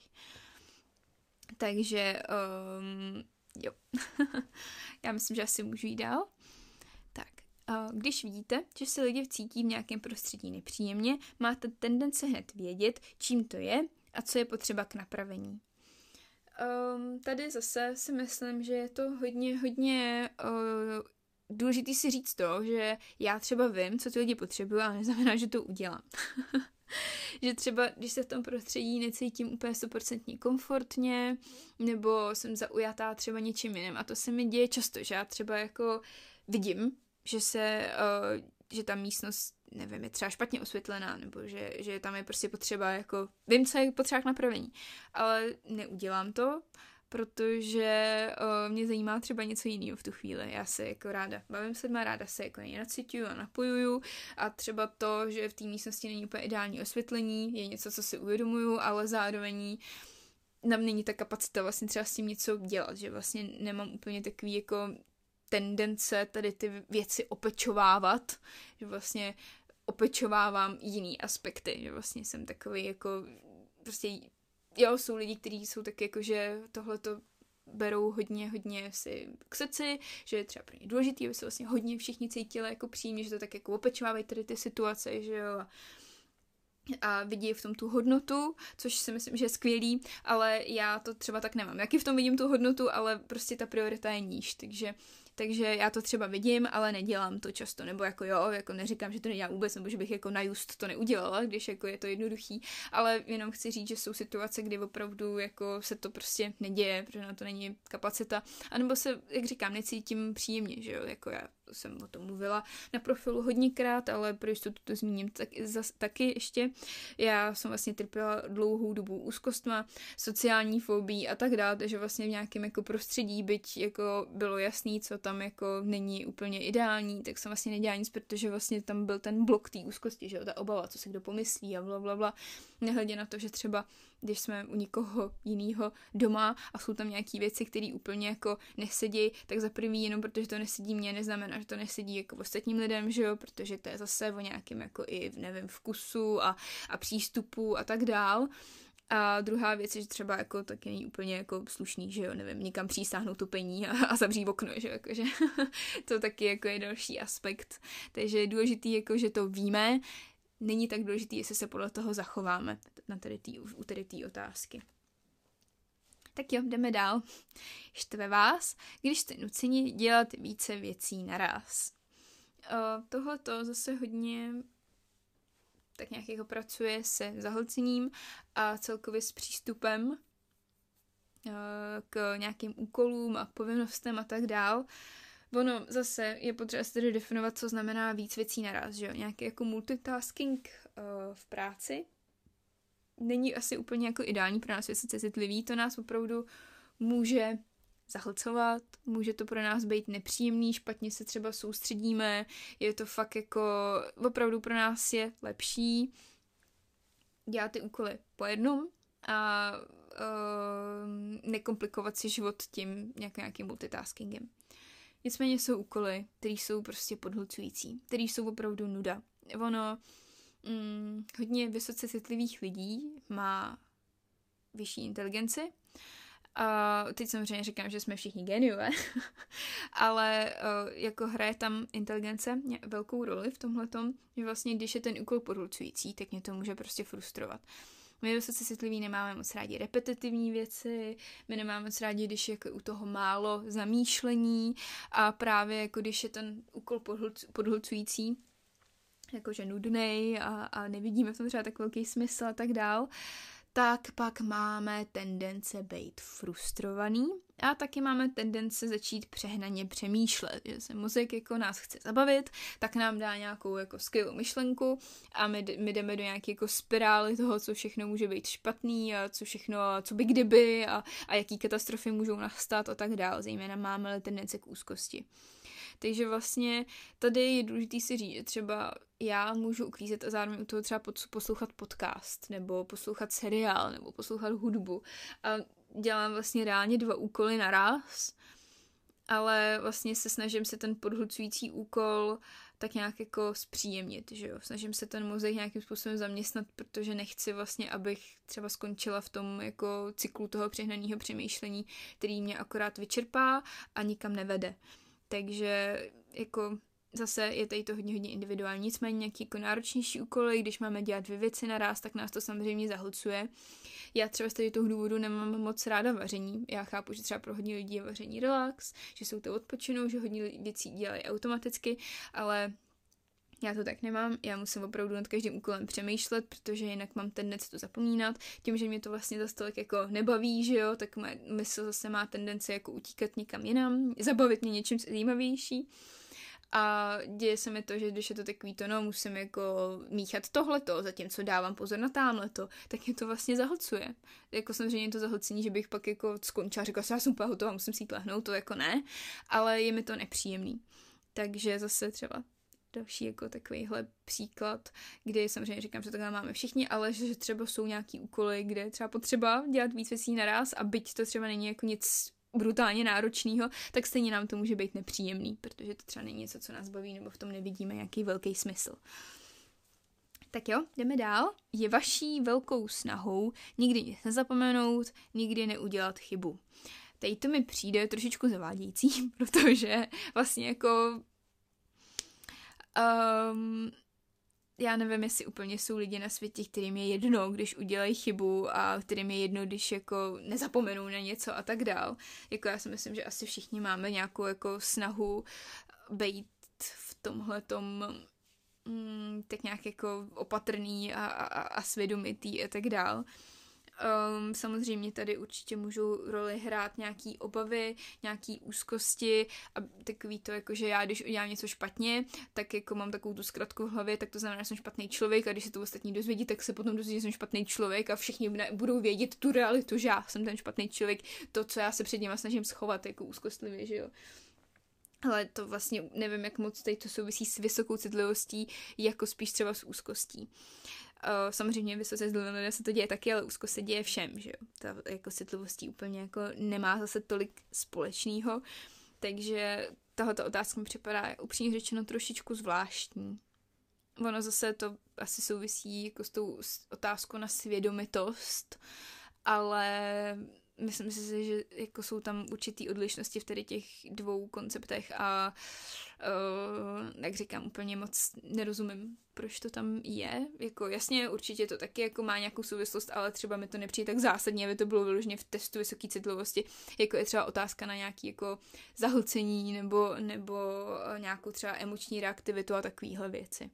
A: Takže jo, já myslím, že asi můžu jít dál. Když vidíte, že se lidi cítí v nějakém prostředí nepříjemně, máte tendenci hned vědět, čím to je a co je potřeba k napravení. Tady zase si myslím, že je to hodně důležitý si říct to, že já třeba vím, co ty lidi potřebují, ale neznamená, že to udělám. Že třeba, když se v tom prostředí necítím úplně 100% komfortně, nebo jsem zaujatá třeba něčím jiným. A to se mi děje často, že já třeba jako vidím, že ta místnost, nevím, je třeba špatně osvětlená, nebo že tam je prostě potřeba, jako, vím, co je potřeba k napravení, ale neudělám to, protože mě zajímá třeba něco jiného v tu chvíli. Já se jako ráda bavím se dma, ráda se jako naciťuju a napojuju a třeba to, že v té místnosti není úplně ideální osvětlení, je něco, co si uvědomuju, ale zároveň nám není ta kapacita vlastně třeba s tím něco dělat, že vlastně nemám úplně takový jako tendence tady ty věci opečovávat, že vlastně opečovávám jiný aspekty, že vlastně jsem takový jako prostě, jo, jsou lidi, kteří jsou tak jako, že tohleto berou hodně si k srdci, že je třeba pro ně důležitý, aby se vlastně hodně všichni cítili jako příjemně, že to tak jako opečovávají tady ty situace, že jo, a vidí v tom tu hodnotu, což si myslím, že je skvělý, ale já to třeba tak nemám. Jaký v tom vidím tu hodnotu, ale prostě ta priorita je níž, takže já to třeba vidím, ale nedělám to často, nebo jako jo, jako neříkám, že to nedělám vůbec, nebo že bych jako na just to neudělala, když jako je to jednoduchý, ale jenom chci říct, že jsou situace, kdy opravdu jako se to prostě neděje, protože na to není kapacita, anebo se, jak říkám, necítím příjemně, že jo, jako já jsem o tom mluvila na profilu hodněkrát, ale pro jistotu to zmíním taky ještě. Já jsem vlastně trpěla dlouhou dobu úzkostma, sociální fobii a tak dále, takže vlastně v nějakém jako prostředí, byť jako bylo jasný, co tam jako není úplně ideální, tak jsem vlastně nedělala nic, protože vlastně tam byl ten blok té úzkosti, že jo, ta obava, co si kdo pomyslí a blablabla. Nehledě na to, že třeba když jsme u někoho jiného doma a jsou tam nějaké věci, které úplně jako nesedí, tak za prvý jenom protože to nesedí mně, neznamená, že že to nesedí jako ostatním lidem, že jo, protože to je zase o nějakém jako i, nevím, vkusu a přístupu a tak dál. A druhá věc je, že třeba jako taky není úplně jako slušný, že jo, nevím, někam přísáhnout tupení a zavřít okno, že jo, jakože to taky jako je další aspekt. Takže je důležitý, jako, že to víme, není tak důležitý, jestli se podle toho zachováme u tady té otázky. Tak jo, jdeme dál. Štve vás, když jste nuceni dělat více věcí naraz. Tohleto zase hodně tak nějak jako pracuje se zahlcením a celkově s přístupem k nějakým úkolům a povinnostem a tak dál. Ono zase je potřeba si tedy definovat, co znamená víc věcí naraz, že jo? Nějaký jako multitasking v práci není asi úplně jako ideální pro nás vysoce citlivý, to nás opravdu může zahlcovat, může to pro nás být nepříjemný, špatně se třeba soustředíme, je to fakt jako, opravdu pro nás je lepší dělat ty úkoly po jednom a nekomplikovat si život tím nějakým multitaskingem. Nicméně jsou úkoly, které jsou prostě podhlcující, které jsou opravdu nuda. Ono hodně vysoce citlivých lidí má vyšší inteligenci. A teď samozřejmě říkám, že jsme všichni geniové, ale jako hraje tam inteligence velkou roli v tomhletom, že vlastně když je ten úkol podhlcující, tak mě to může prostě frustrovat. My vysoce citliví nemáme moc rádi repetitivní věci, my nemáme moc rádi, když je jako u toho málo zamýšlení a právě jako když je ten úkol podhlcující, jakože nudnej a nevidíme v tom třeba tak velký smysl a tak dál, tak pak máme tendence být frustrovaný a taky máme tendence začít přehnaně přemýšlet, že se mozek jako nás chce zabavit, tak nám dá nějakou jako skvělou myšlenku a my jdeme do nějaké jako spirály toho, co všechno může být špatný a co by kdyby a jaký katastrofy můžou nastat a tak dál, zejména máme tendence k úzkosti. Takže vlastně tady je důležité si říct, že třeba já můžu uklízet a zároveň u toho třeba poslouchat podcast, nebo poslouchat seriál, nebo poslouchat hudbu. A dělám vlastně reálně 2 úkoly naraz, ale vlastně se snažím se ten podhlcující úkol tak nějak jako zpříjemnit, že jo. Snažím se ten mozek nějakým způsobem zaměstnat, protože nechci vlastně, abych třeba skončila v tom jako cyklu toho přehnaného přemýšlení, který mě akorát vyčerpá a nikam nevede. Takže jako zase je tady to hodně individuální, nicméně nějaký jako náročnější úkoly, když máme dělat 2 věci naraz, tak nás to samozřejmě zahlcuje. Já třeba z toho důvodu nemám moc ráda vaření. Já chápu, že třeba pro hodně lidí je vaření relax, že jsou to odpočinou, že hodně věcí dělají automaticky, ale já to tak nemám, já musím opravdu nad každým úkolem přemýšlet, protože jinak mám tendenci to zapomínat. Tím, že mě to vlastně zase tolik jako nebaví, že jo, tak moje mysl zase má tendenci jako utíkat někam jinam, zabavit mě něčím zajímavější. A děje se mi to, že když je to takový to, no, musím jako míchat tohleto, zatímco dávám pozor na támhleto, tak mě to vlastně zahlcuje. Jako samozřejmě to zahlcení, že bych pak jako skončila, řekla já jsem úplně hotová, musím si jít lehnout, to jako ne, ale je mi to nepříjemný. Takže zase třeba další jako takovýhle příklad, kdy samozřejmě říkám, že takhle máme všichni, ale že třeba jsou nějaký úkoly, kde třeba potřeba dělat víc věcí naraz a byť to třeba není jako nic brutálně náročného, tak stejně nám to může být nepříjemný, protože to třeba není něco, co nás baví, nebo v tom nevidíme nějaký velký smysl. Tak jo, jdeme dál. Je vaší velkou snahou nikdy nic nezapomenout, nikdy neudělat chybu. Teď to mi přijde trošičku zavádějící, protože vlastně jako já nevím, jestli úplně jsou lidi na světě, kterým je jedno, když udělají chybu a kterým je jedno, když jako nezapomenou na něco a tak dál. Jako já si myslím, že asi všichni máme nějakou jako snahu být v tomhletom tak nějak jako opatrný a svědomitý a tak dál. Samozřejmě tady určitě můžou roli hrát nějaký obavy, nějaký úzkosti a takový to, jako že já, když udělám něco špatně, tak jako mám takovou tu zkratku v hlavě, tak to znamená, že jsem špatný člověk a když se to ostatní dozvědí, tak se potom dozvědí, že jsem špatný člověk a všichni budou vědět tu realitu, že já jsem ten špatný člověk, to, co já se před nima snažím schovat jako úzkostlivě, že jo. Ale to vlastně nevím, jak moc tady to souvisí s vysokou citlivostí, jako spíš třeba s úzkostí. Samozřejmě vysoce citlivé lidé se to děje taky, ale úzkost se děje všem, že jo. Ta jako citlivostí úplně jako nemá zase tolik společného, takže tahleta otázka mi připadá upřímně řečeno trošičku zvláštní. Ono zase to asi souvisí jako s tou otázkou na svědomitost, ale myslím si, že jako jsou tam určitý odlišnosti v tady těch dvou konceptech a jak říkám, úplně moc nerozumím, proč to tam je. Jako jasně, určitě to taky jako má nějakou souvislost, ale třeba mi to nepřijde tak zásadně, aby to bylo vyloženě v testu vysoké citlivosti, jako je třeba otázka na nějaký jako zahlcení nebo nějakou třeba emoční reaktivitu a takovéhle věci.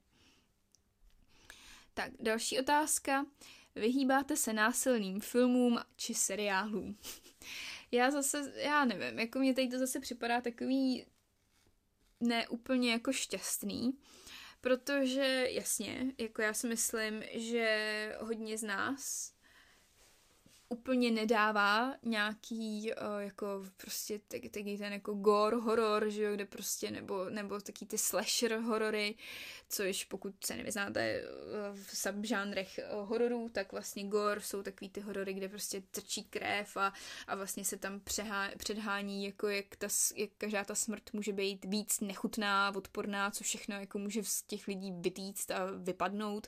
A: Tak, další otázka. Vyhýbáte se násilným filmům či seriálům? Já nevím, jako mě tady to zase připadá takový neúplně jako šťastný, protože jasně, jako já si myslím, že hodně z nás úplně nedává nějaký jako prostě taky ten jako gore horor, že jo, kde prostě nebo taky ty slasher horory, což pokud se nevyznáte v subžánrech hororů, tak vlastně gore jsou takový ty horory, kde prostě trčí krev a vlastně se tam předhání jako jak každá ta smrt může být víc nechutná, odporná, co všechno jako může z těch lidí vytýct a vypadnout.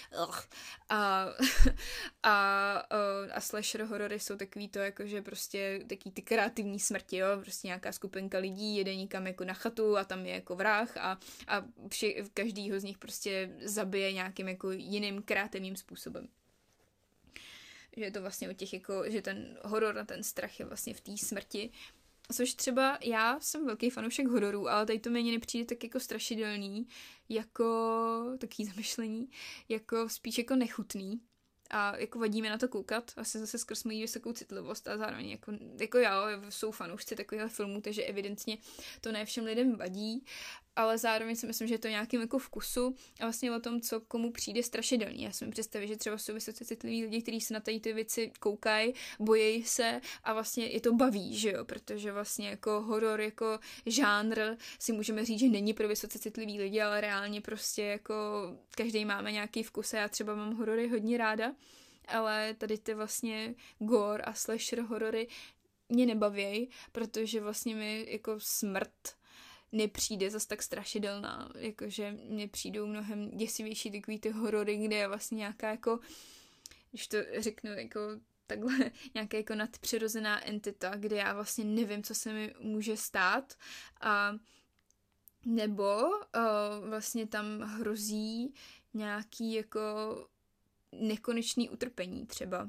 A: A slasher horory jsou takový to, jako že prostě takový ty kreativní smrti, jo, prostě nějaká skupinka lidí jede někam jako na chatu a tam je jako vrah a každýho z nich prostě zabije nějakým jako jiným kreativním způsobem. Že je to vlastně o těch jako, že ten horor a ten strach je vlastně v té smrti. Což třeba já jsem velký fanoušek hororů, ale tady to mi nepřijde tak jako strašidelný, jako takový zamyšlení, jako spíš jako nechutný. A jako vadí mi na to koukat, asi zase skrz mojí vysokou citlivost a zároveň jako já jsou fanoušci takovýchhle filmů, takže evidentně to ne všem lidem vadí, ale zároveň si myslím, že je to nějakým jako vkusu a vlastně o tom, co komu přijde strašidelný. Já si mi představit, že třeba jsou vysoce citliví lidi, kteří se na tady ty věci koukají, bojí se a vlastně je to baví, že jo, protože vlastně jako horor jako žánr si můžeme říct, že není pro vysoce citlivý lidi, ale reálně prostě jako každý máme nějaký vkus a já třeba mám horory hodně ráda, ale tady ty vlastně gore a slasher horory mě nebavěj, protože vlastně mi jako smrt nepřijde zas tak strašidelná, jakože mně přijdou mnohem děsivější takový ty horory, kde je vlastně nějaká jako, když to řeknu jako takhle, nějaká jako nadpřirozená entita, kde já vlastně nevím, co se mi může stát a nebo vlastně tam hrozí nějaký jako nekonečný utrpení třeba.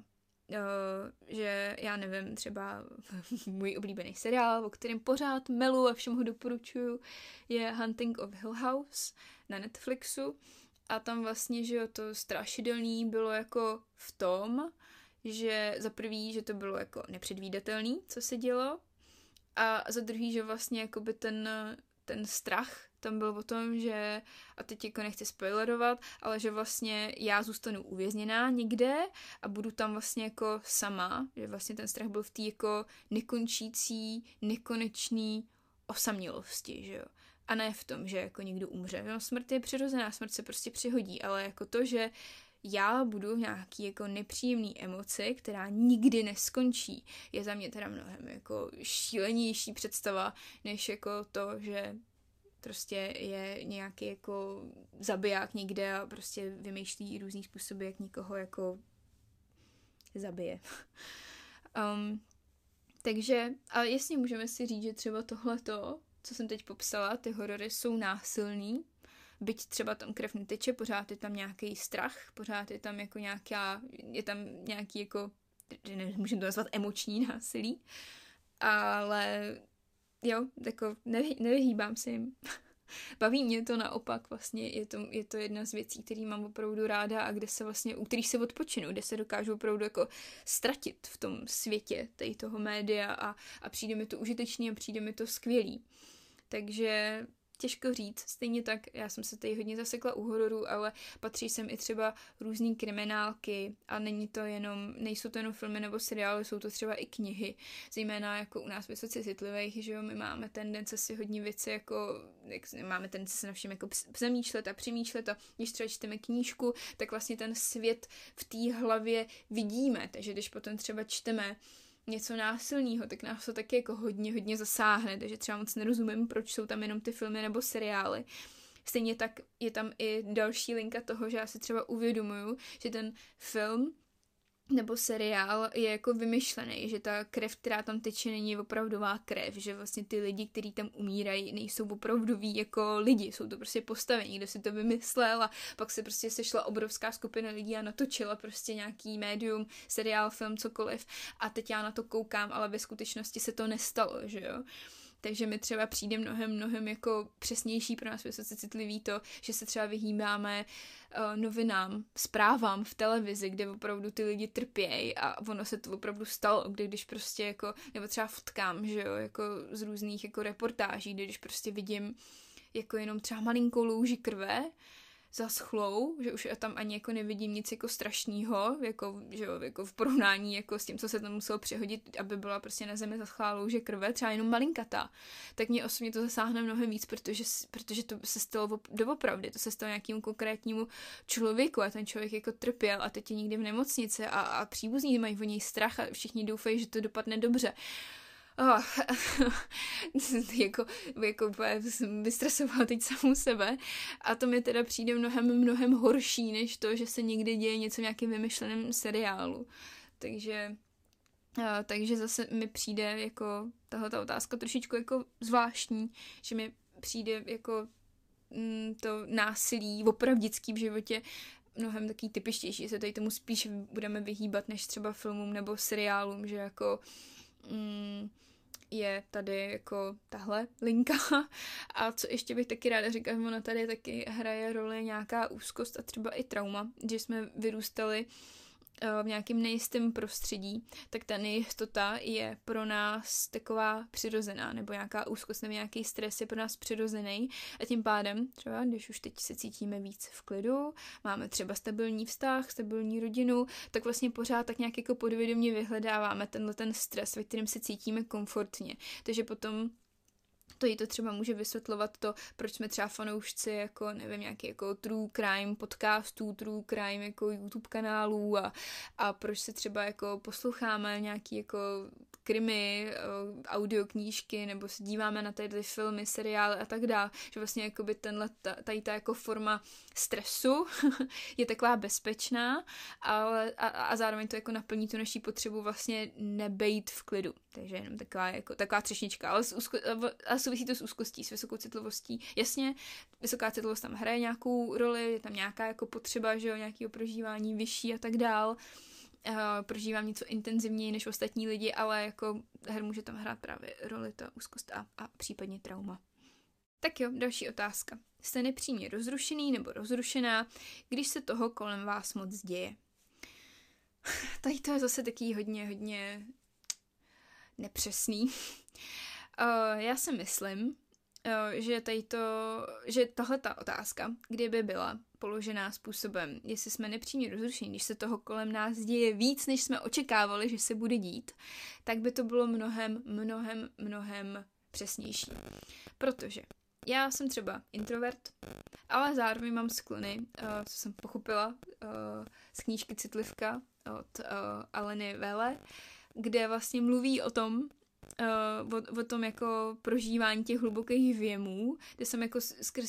A: Že já nevím, třeba můj oblíbený seriál, o kterém pořád melu a všem ho doporučuju, je Hunting of Hill House na Netflixu a tam vlastně, že jo, to strašidelný bylo jako v tom, že za prvý, že to bylo jako nepředvídatelný, co se dělo a za druhý, že vlastně jakoby ten strach tam byl o tom, že, a teď jako nechci spoilerovat, ale že vlastně já zůstanu uvězněná někde a budu tam vlastně jako sama, že vlastně ten strach byl v té jako nekončící, nekonečný osamělosti, že jo. A ne v tom, že jako někdo umře. No, smrt je přirozená, smrt se prostě přihodí, ale jako to, že já budu v nějaký jako nepříjemný emoci, která nikdy neskončí, je za mě teda mnohem jako šílenější představa, než jako to, že prostě je nějaký jako zabiják někde a prostě vymýšlí různý způsoby, jak někoho jako zabije. Takže, ale jasně můžeme si říct, že třeba tohleto, co jsem teď popsala, ty horory jsou násilný, byť třeba tam krev neteče, pořád je tam nějaký strach, pořád je tam jako je tam nějaký jako, můžeme to nazvat emoční násilí, ale jo, jako nevyhýbám se jim. Baví mě to naopak, vlastně je to jedna z věcí, které mám opravdu ráda a kde se vlastně, u kterých se odpočinu, kde se dokážu opravdu jako ztratit v tom světě tady toho média a přijde mi to užitečný a přijde mi to skvělý. Takže těžko říct, stejně tak, já jsem se tady hodně zasekla u hororu, ale patří sem i třeba různý kriminálky a nejsou to jenom filmy nebo seriály, jsou to třeba i knihy, zejména jako u nás vysoce citlivých, že jo, my máme tendence si hodně věci jako, máme tendence se na všem jako zamýšlet a přemýšlet a když třeba čteme knížku, tak vlastně ten svět v té hlavě vidíme, takže když potom třeba čteme něco násilného, tak nás to taky jako hodně zasáhne, takže třeba moc nerozumím, proč jsou tam jenom ty filmy nebo seriály. Stejně tak je tam i další linka toho, že já si třeba uvědomuju, že ten film nebo seriál je jako vymyšlený, že ta krev, která tam teče, není opravdová krev, že vlastně ty lidi, kteří tam umírají, nejsou opravdoví jako lidi, jsou to prostě postavení, někdo si to vymyslel a pak se prostě sešla obrovská skupina lidí a natočila prostě nějaký médium, seriál, film, cokoliv a teď já na to koukám, ale ve skutečnosti se to nestalo, že jo. Takže mi třeba přijde mnohem jako přesnější pro nás vysoce citlivý to, že se třeba vyhýbáme novinám, zprávám v televizi, kde opravdu ty lidi trpějí a ono se to opravdu stalo, když prostě jako, nebo třeba fotkám, že jo, jako z různých jako reportáží, když prostě vidím jako jenom třeba malinkou louži krve, zaschlou, že už tam ani jako nevidím nic jako strašného, jako, že jo, jako v porovnání jako s tím, co se tam muselo přehodit, aby byla prostě na zemi zaschlá louže krve, třeba jenom malinkatá, tak mě osobně to zasáhne mnohem víc, protože to se stalo doopravdy, to se stalo nějakému konkrétnímu člověku a ten člověk jako trpěl a teď je někdy v nemocnici a příbuzní mají o něj strach a všichni doufají, že to dopadne dobře. Jako vystresovala teď samou sebe a to mi teda přijde mnohem horší, než to, že se někdy děje něco v nějakém vymyšleném seriálu. Takže zase mi přijde jako tahleta otázka trošičku jako zvláštní, že mi přijde jako to násilí opravdický v životě mnohem takový typičtější, se tady tomu spíš budeme vyhýbat než třeba filmům nebo seriálům, že jako je tady jako tahle linka. A co ještě bych taky ráda říkala, ona tady taky hraje roli nějaká úzkost a třeba i trauma, že jsme vyrůstali v nějakém nejistém prostředí, tak ta nejistota je pro nás taková přirozená, nebo nějaká úzkost nebo nějaký stres je pro nás přirozený a tím pádem třeba, když už teď se cítíme víc v klidu, máme třeba stabilní vztah, stabilní rodinu, tak vlastně pořád tak nějak jako podvědomě vyhledáváme ten stres, ve kterém se cítíme komfortně. Takže potom to třeba může vysvětlovat to, proč jsme třeba fanoušci jako, nevím, nějaký jako true crime podcastů, true crime jako YouTube kanálů a proč se třeba jako posloucháme nějaký jako krimi, audioknížky, nebo se díváme na tady filmy, seriály a tak dále, že vlastně jakoby tady ta jako forma stresu je taková bezpečná, ale a zároveň to jako naplní tu naší potřebu vlastně nebejt v klidu. Takže jenom taková třešnička, ale souvisí to s úzkostí, s vysokou citlivostí. Jasně, vysoká citlivost tam hraje nějakou roli, je tam nějaká jako potřeba, že jo, nějakého prožívání vyšší a tak dál. Prožívám něco intenzivněji než ostatní lidi, ale jako může tam hrát právě roli ta úzkost a případně trauma. Tak jo, další otázka. Jste nepřímě rozrušený nebo rozrušená, když se toho kolem vás moc děje? Tady to je zase taky hodně nepřesný. Já si myslím, že tahleta otázka, kdyby byla položená způsobem, jestli jsme nepřímě rozrušení, když se toho kolem nás děje víc, než jsme očekávali, že se bude dít, tak by to bylo mnohem přesnější. Protože já jsem třeba introvert, ale zároveň mám sklony, co jsem pochopila z knížky Citlivka od Aleny Vele, kde vlastně mluví o tom jako prožívání těch hlubokých věmů, kde jsem jako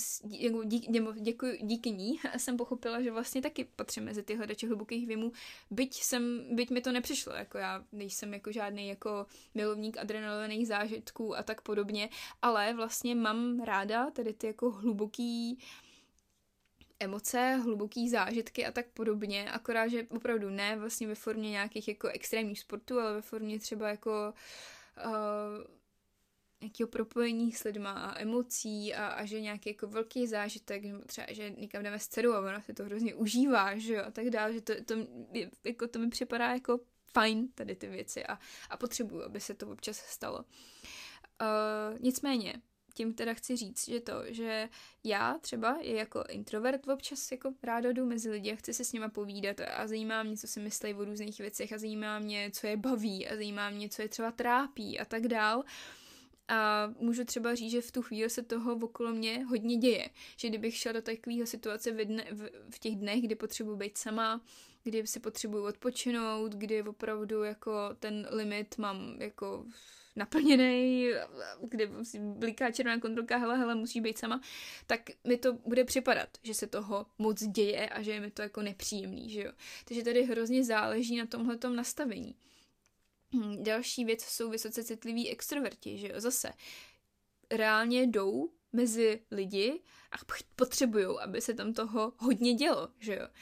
A: díky ní jsem pochopila, že vlastně taky patřím mezi ty hledače hlubokých věmů, byť mi to nepřišlo, jako já nejsem jako žádný jako milovník adrenalinových zážitků a tak podobně, ale vlastně mám ráda tady ty jako hluboký emoce, hluboký zážitky a tak podobně, akorát, že opravdu ne vlastně ve formě nějakých jako extrémních sportů, ale ve formě třeba jako nějakého propojení s lidma a emocí a že nějaký jako velký zážitek, nebo třeba, že někam jdeme s dcerou a ona si to hrozně užívá, že jo, a tak dále, že to mi připadá jako fajn tady ty věci a potřebuju, aby se to občas stalo. Nicméně, tím teda chci říct, že já třeba je jako introvert občas jako ráda jdu mezi lidi a chci se s nima povídat a zajímá mě, co si myslí o různých věcech a zajímá mě, co je baví a zajímá mě, co je třeba trápí a tak dál. A můžu třeba říct, že v tu chvíli se toho okolo mě hodně děje. Že kdybych šla do takového situace v těch dnech, kdy potřebuji být sama, kdy si potřebuji odpočinout, kdy opravdu jako ten limit mám jako naplněný, kdy bliká červená kontrolka, hele, musí být sama, tak mi to bude připadat, že se toho moc děje a že je mi to jako nepříjemný, že jo. Takže tady hrozně záleží na tomhletom nastavení. Další věc jsou vysoce citliví extroverti, že jo, zase reálně jdou mezi lidi a potřebujou, aby se tam toho hodně dělo, že jo.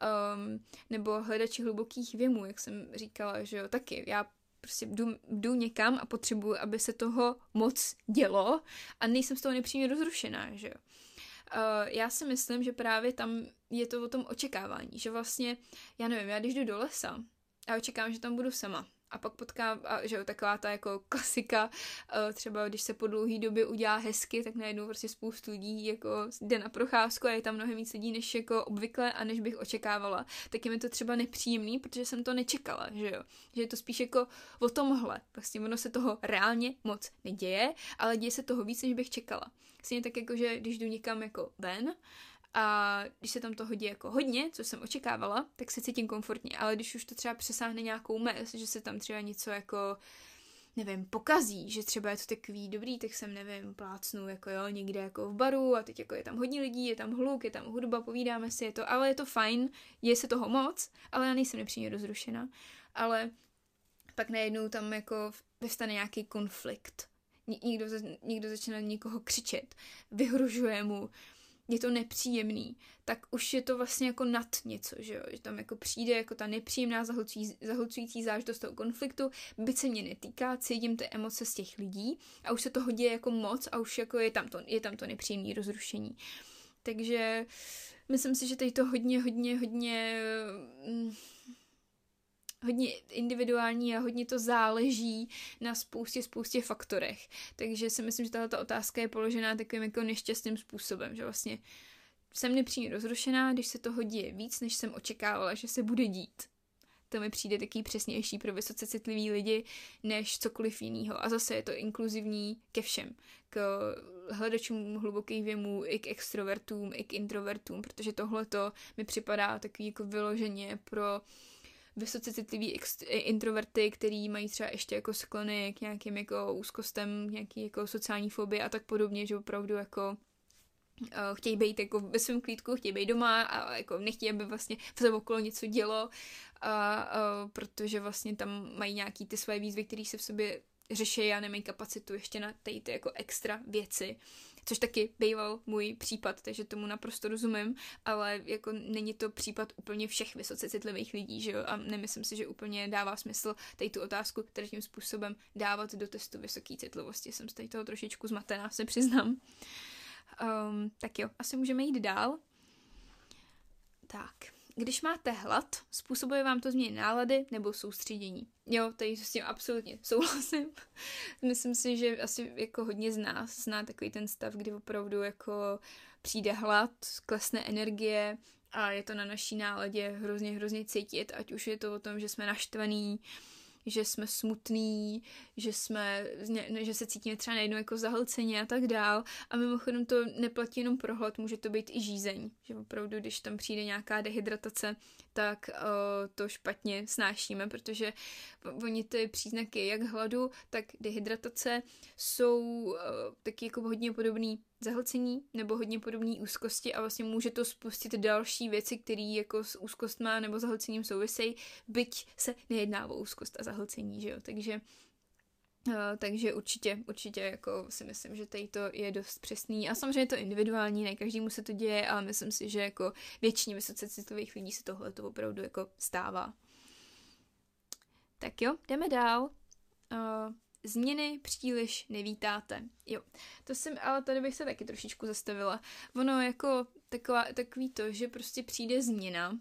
A: Nebo hledači hlubokých věmů, jak jsem říkala, že jo, taky. Já prostě jdu někam a potřebuju, aby se toho moc dělo a nejsem z toho nepřímě rozrušená, že jo. Já si myslím, že právě tam je to o tom očekávání, že vlastně, já nevím, já když jdu do lesa a očekávám, že tam budu sama, a pak potkám, že jo, taková ta jako klasika, třeba když se po dlouhý době udělá hezky, tak najednou prostě spoustu lidí jako jde na procházku a je tam mnohem víc lidí než jako obvykle a než bych očekávala. Tak je mi to třeba nepříjemný, protože jsem to nečekala, že jo. Že je to spíš jako o tomhle. Vlastně ono se toho reálně moc neděje, ale děje se toho víc, než bych čekala. Stejně tak jako, že když jdu někam jako ven, a když se tam to hodí jako hodně, co jsem očekávala, tak se cítím komfortně, ale když už to třeba přesáhne nějakou mez, že se tam třeba něco jako, nevím, pokazí, že třeba je to takový dobrý, tak jsem, nevím, plácnu jako jo, někde jako v baru a teď jako je tam hodně lidí, je tam hluk, je tam hudba, povídáme si, ale je to fajn, je se toho moc, ale já nejsem nepřímě rozrušená, ale pak najednou tam jako vyvstane nějaký konflikt, někdo začne na někoho křičet, vyhrožuje mu, je to nepříjemný, tak už je to vlastně jako nad něco, že jo, že tam jako přijde jako ta nepříjemná zahlcující záležitost toho konfliktu, byť se mě netýká, cítím ty emoce z těch lidí a už se toho děje jako moc a už jako je tam to nepříjemné rozrušení. Takže myslím si, že tady to hodně individuální a hodně to záleží na spoustě faktorech. Takže si myslím, že tato otázka je položená takovým jako nešťastným způsobem, že vlastně jsem nepříjemně rozrušená, když se toho děje víc, než jsem očekávala, že se bude dít. To mi přijde taky přesnější pro vysoce citlivý lidi, než cokoliv jiného. A zase je to inkluzivní ke všem. K hledačům hlubokých věmů, i k extrovertům, i k introvertům, protože tohleto mi připadá takový jako vyloženě pro vysoce citlivý introverty, který mají třeba ještě jako sklony k nějakým jako úzkostem, nějaký jako sociální fobii a tak podobně, že opravdu jako chtějí být jako ve svém klídku, chtějí být doma a jako nechtějí, aby vlastně se okolo něco dělo, protože vlastně tam mají nějaký ty své výzvy, které se v sobě řeší a nemají kapacitu ještě na ty jako extra věci. Což taky býval můj případ, takže tomu naprosto rozumím, ale jako není to případ úplně všech vysoce citlivých lidí, že jo? A nemyslím si, že úplně dává smysl tady tu otázku tady tím způsobem dávat do testu vysoké citlivosti. Jsem z tady toho trošičku zmatená, se přiznám. Tak jo, asi můžeme jít dál. Tak, když máte hlad, způsobuje vám to změny nálady nebo soustředění. Jo, tady s tím absolutně souhlasím. Myslím si, že asi jako hodně z nás zná takový ten stav, kdy opravdu jako přijde hlad, klesne energie a je to na naší náladě hrozně cítit, ať už je to o tom, že jsme naštvaný, že jsme smutný, že se cítíme třeba najednou jako zahlceně a tak dál. A mimochodem to neplatí jenom pro hlad, může to být i žízeň. Že opravdu, když tam přijde nějaká dehydratace, tak to špatně snášíme, protože oni ty příznaky jak hladu, tak dehydratace jsou taky jako hodně podobný zahlcení nebo hodně podobný úzkosti a vlastně může to spustit další věci, které jako s úzkostma nebo zahlcením souvisejí, byť se nejedná o úzkost a zahlcení, že jo, takže určitě jako si myslím, že tady to je dost přesný a samozřejmě je to individuální, ne každému se to děje, ale myslím si, že jako většině vysoce citlivých lidí se tohle to opravdu jako stává. Tak jo, jdeme dál. Změny příliš nevítáte. Jo, ale tady bych se taky trošičku zastavila. Ono jako takový to, že prostě přijde změna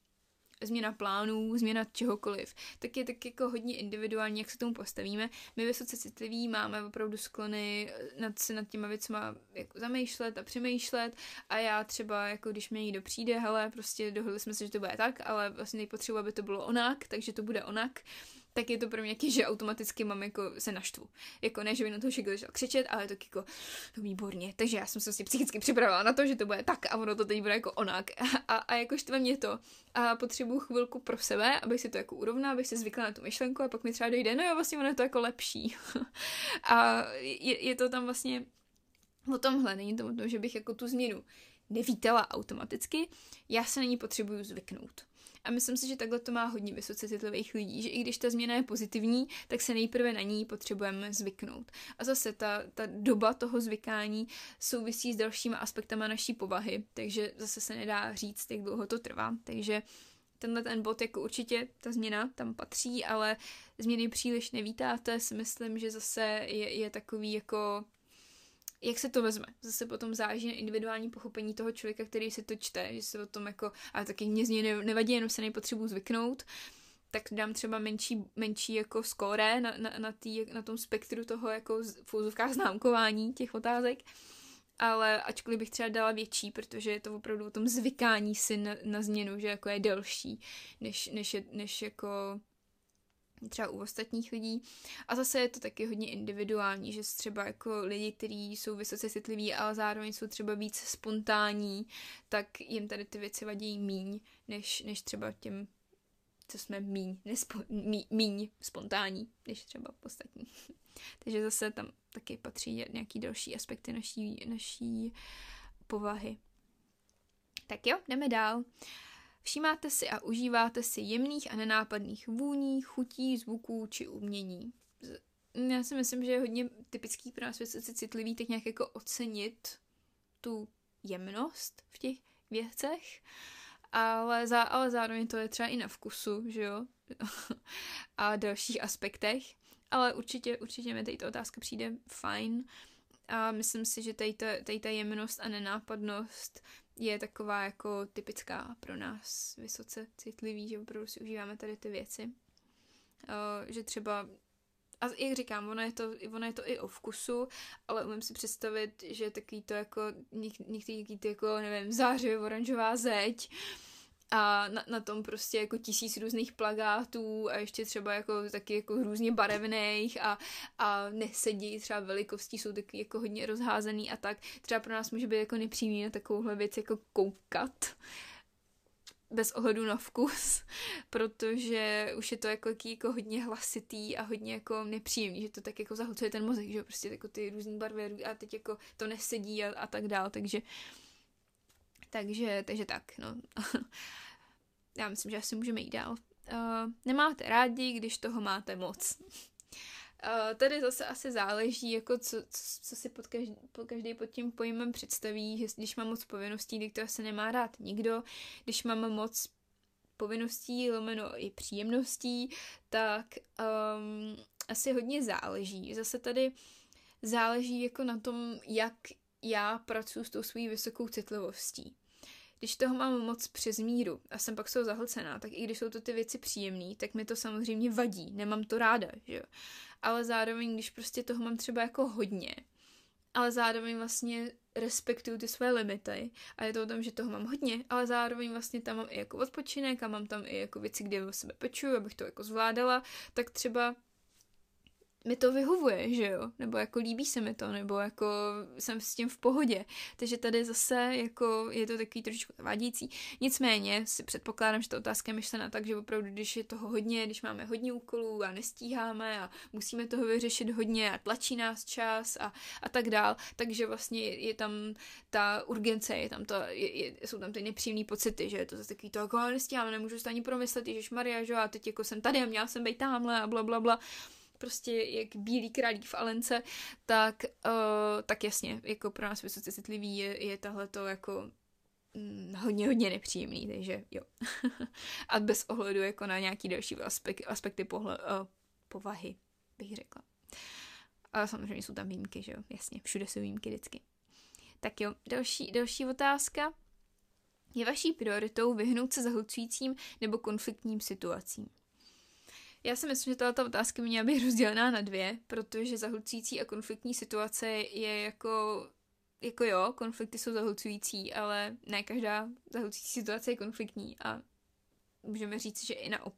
A: plánů, změna čehokoliv, tak je tak jako hodně individuální, jak se tomu postavíme. My vysoce citliví máme opravdu sklony nad těma věcma jako zamýšlet a přemýšlet a já třeba, jako když mi někdo přijde, hele, prostě dohodli jsme se, že to bude tak, ale vlastně nejpotřebuji, aby to bylo onak, takže to bude onak, tak je to pro mě jaký, že automaticky mám jako se naštvu. Jako ne, že by na toho člověk začal křičet, ale tak jako no výborně. Takže já jsem se psychicky připravila na to, že to bude tak a ono to teď bude jako onak. A jako štve mě to. A potřebuju chvilku pro sebe, abych si to jako urovnala, abych se zvykla na tu myšlenku a pak mi třeba dojde, no jo, vlastně ono je to jako lepší. A je to tam vlastně o tomhle, není to o tom, že bych jako tu změnu nevítala automaticky, já se na ní potřebuju zvyknout. A myslím si, že takhle to má hodně vysoce citlivých lidí, že i když ta změna je pozitivní, tak se nejprve na ní potřebujeme zvyknout. A zase ta doba toho zvykání souvisí s dalšíma aspektama naší povahy, takže zase se nedá říct, jak dlouho to trvá. Takže tenhle ten bod, jako určitě ta změna tam patří, ale změny příliš nevítáte, si myslím, že zase je takový jako jak se to vezme. Zase potom záleží na individuální pochopení toho člověka, který si to čte, že se o tom jako, ale taky mě změny nevadí, jenom se nepotřebuji zvyknout, tak dám třeba menší jako skóre na tom spektru toho jako v úzovkách známkování těch otázek, ale ačkoliv bych třeba dala větší, protože je to opravdu o tom zvykání si na změnu, že jako je delší, než jako třeba u ostatních lidí. A zase je to taky hodně individuální, že třeba jako lidi, kteří jsou vysoce citliví, ale zároveň jsou třeba víc spontánní, tak jim tady ty věci vadí míň, než třeba těm, co jsme míň spontánní, než třeba ostatní. Takže zase tam taky patří nějaký další aspekty naší povahy. Tak jo, jdeme dál. Všímáte si a užíváte si jemných a nenápadných vůní, chutí, zvuků či umění. Já si myslím, že je hodně typický pro nás vysoce citlivý tak nějak jako ocenit tu jemnost v těch věcech, ale zároveň to je třeba i na vkusu, že jo, a dalších aspektech, ale určitě mi tady ta otázka přijde fajn a myslím si, že tady ta jemnost a nenápadnost je taková jako typická pro nás vysoce citlivý, že opravdu si užíváme tady ty věci. Že třeba, a jak říkám, ono je to i o vkusu, ale umím si představit, že takový to jako některý ty jako, nevím, zářivě oranžová zeď a na tom prostě jako 1000 různých plakátů a ještě třeba jako taky jako různě barevných a nesedí, třeba velikostí jsou taky jako hodně rozházený a tak. Třeba pro nás může být jako nepříjemný na takovouhle věc jako koukat bez ohledu na vkus, protože už je to jako hodně hlasitý a hodně jako nepříjemný, že to tak jako zahlcuje ten mozek, že prostě jako ty různý barvy a teď jako to nesedí a tak dál, takže tak, no. Já myslím, že asi můžeme jít dál. Nemáte rádi, když toho máte moc. Tady zase asi záleží, jako co si každý pod tím pojmem představí, že když mám moc povinností, tak to asi nemá rád nikdo. Když mám moc povinností, lomeno i příjemností, tak asi hodně záleží. Zase tady záleží jako na tom, jak já pracuji s tou svojí vysokou citlivostí. Když toho mám moc přes míru a jsem pak zahlcená, tak i když jsou to ty věci příjemné, tak mi to samozřejmě vadí, nemám to ráda, že jo. Ale zároveň, když prostě toho mám třeba jako hodně, ale zároveň vlastně respektuju ty své limity a je to o tom, že toho mám hodně, ale zároveň vlastně tam mám i jako odpočinek a mám tam i jako věci, kde o sebe pečuju, abych to jako zvládala, tak třeba mi to vyhovuje, že jo, nebo jako líbí se mi to, nebo jako jsem s tím v pohodě, takže tady zase jako je to takový trošičku zavádějící. Nicméně si předpokládám, že ta otázka je myšlena tak, že opravdu, když je toho hodně, když máme hodně úkolů a nestíháme a musíme toho vyřešit hodně a tlačí nás čas a tak dál, takže vlastně je tam ta urgence, je tam jsou tam ty nepříjemné pocity, že je to zase takový to, jako nestíháme, nemůžu si ani promyslet, ježišmarja, že jo, a teď jako jsem tady a měla jsem být tamhle a blablabla. Prostě jak bílý králík v Alence, tak jasně, jako pro nás vysoce citlivý je tahleto jako hodně nepříjemný, takže jo. A bez ohledu jako na nějaký další aspekty povahy, bych řekla. Ale samozřejmě jsou tam výjimky, že jo, jasně, všude jsou výjimky vždycky. Tak jo, další otázka. Je vaší prioritou vyhnout se zahlcujícím nebo konfliktním situacím? Já si myslím, že tato otázka by měla být rozdělená na dvě, protože zahlcující a konfliktní situace je jako jo, konflikty jsou zahlcující, ale ne každá zahlcující situace je konfliktní a můžeme říct, že i naopak.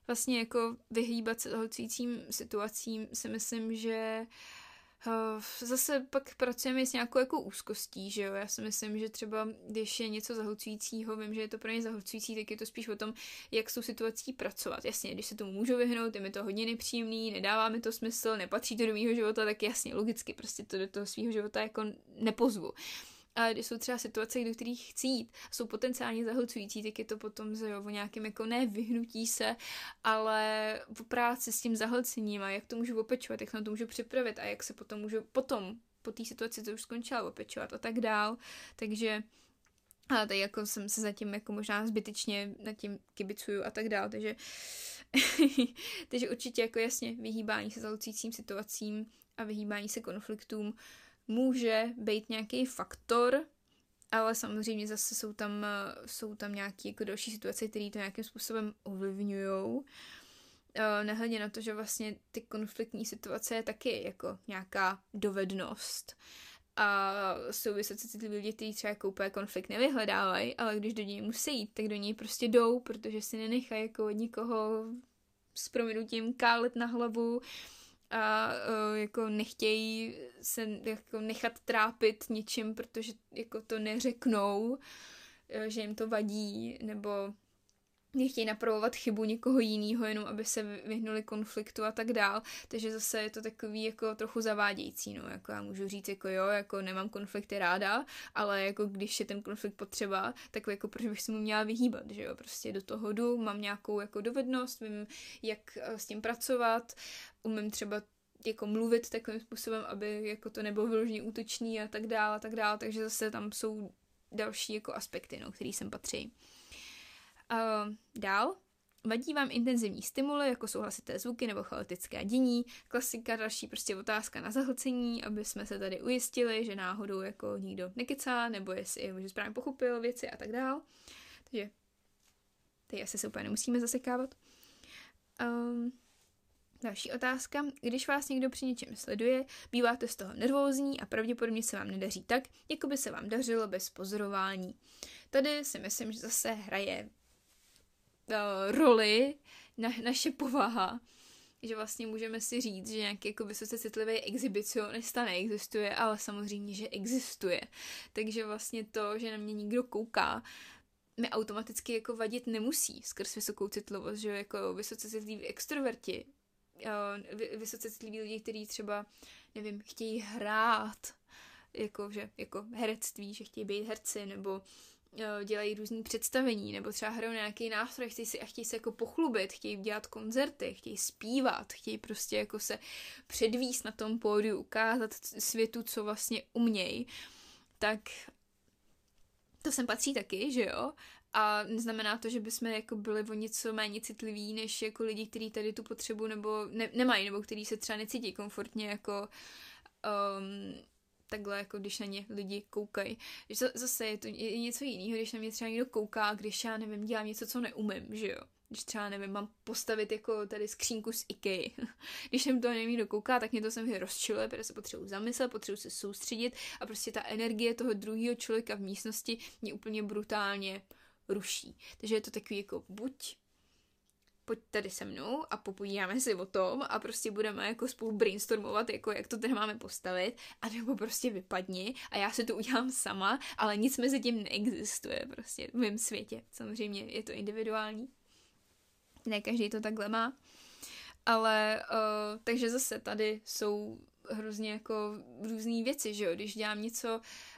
A: vlastně jako vyhýbat se zahlcujícím situacím si myslím, že zase pak pracujeme s nějakou jako úzkostí, že jo, já si myslím, že třeba když je něco zahlcujícího, vím, že je to pro ně zahlcující, tak je to spíš o tom, jak s tou situací pracovat. Jasně, když se tomu můžu vyhnout, je mi to hodně nepříjemný, nedává mi to smysl, nepatří to do mýho života, tak jasně, logicky, prostě to do toho svého života jako nepozvu. Ale když jsou třeba situace, do kterých chci jít, jsou potenciálně zahlcující, tak je to potom o nějakém jako ne vyhnutí se, ale v práci s tím zahlcením a jak to můžu opečovat, jak na to můžu připravit a jak se potom můžu po té situaci, co už skončila, opečovat a tak dál. Takže ale tady jako jsem se zatím jako možná zbytečně nad tím kibicuju a tak dál, takže takže určitě jako jasně vyhýbání se zahlcujícím situacím a vyhýbání se konfliktům může být nějaký faktor, ale samozřejmě zase jsou tam nějaké jako další situace, které to nějakým způsobem ovlivňujou. Nehledě na to, že vlastně ty konfliktní situace je taky jako nějaká dovednost. A jsou vysoce citliví lidi, kteří třeba jako úplně konflikt nevyhledávají, ale když do něj musí jít, tak do něj prostě jdou, protože si nenechají jako od nikoho s prominutím kálet na hlavu a jako nechtějí se jako nechat trápit ničím, protože jako to neřeknou, že jim to vadí, nebo nechtějí napravovat chybu někoho jiného, jenom aby se vyhnuli konfliktu a tak dál. Takže zase je to takový jako trochu zavádějící, no, jako já můžu říct jako jo, jako nemám konflikty ráda, ale jako když je ten konflikt potřeba, tak jako proč bych se mu měla vyhýbat, že jo, prostě do toho jdu, mám nějakou jako dovednost, vím, jak s tím pracovat, umím třeba jako mluvit takovým způsobem, aby jako to nebylo vyloženě útočný a tak dál, takže zase tam jsou další jako aspekty, no, který sem patří. Dál, vadí vám intenzivní stimuly, jako jsou hlasité zvuky nebo chaotické dění, klasika, další prostě otázka na zahlcení, aby jsme se tady ujistili, že náhodou jako nikdo nekecá, nebo jestli že správně pochopil věci a tak dál. Takže tady asi se úplně nemusíme zasekávat. Další otázka. Když vás někdo při něčem sleduje, býváte z toho nervózní a pravděpodobně se vám nedaří tak, jako by se vám dařilo bez pozorování. Tady si myslím, že zase hraje roli naše povaha, že vlastně můžeme si říct, že nějaký jako vysoce citlivý exhibicionista neexistuje, ale samozřejmě, že existuje. Takže vlastně to, že na mě někdo kouká, mi automaticky jako vadit nemusí skrz vysokou citlivost, že jako vysoce citliví extroverti, vysoce citliví lidi, kteří třeba, nevím, chtějí hrát, jako herectví, že chtějí být herci, nebo dělají různý představení, nebo třeba hrajou nějaký nástroj, chtějí se jako pochlubit, chtějí dělat koncerty, chtějí zpívat, chtějí prostě jako se předvíst na tom pódiu, ukázat světu, co vlastně umějí, tak to sem patří taky, že jo? A neznamená to, že bychom jako byli o něco méně citliví, než jako lidi, kteří tady tu potřebu nebo nemají, nebo kteří se třeba necítí komfortně jako takhle, jako když na ně lidi koukají. Zase je to něco jiného, když na mě třeba někdo kouká, když já nevím, dělám něco, co neumím, že jo. Když třeba, nevím, mám postavit jako tady skřínku z IKEA. Když jsem to nevím, kdo kouká, tak mě to samozřejmě rozčiluje, protože se potřebuji zamyslet, potřebuji se soustředit a prostě ta energie toho druhého člověka v místnosti mě úplně brutálně ruší. Takže je to takový jako buď pojď tady se mnou a popovídáme si o tom a prostě budeme jako spolu brainstormovat, jako jak to tady máme postavit, a nebo prostě vypadni a já si to udělám sama, ale nic mezi tím neexistuje prostě v mém světě. Samozřejmě je to individuální. Ne každý to takhle má. Ale takže zase tady jsou hrozně jako různý věci, že jo, když dělám něco,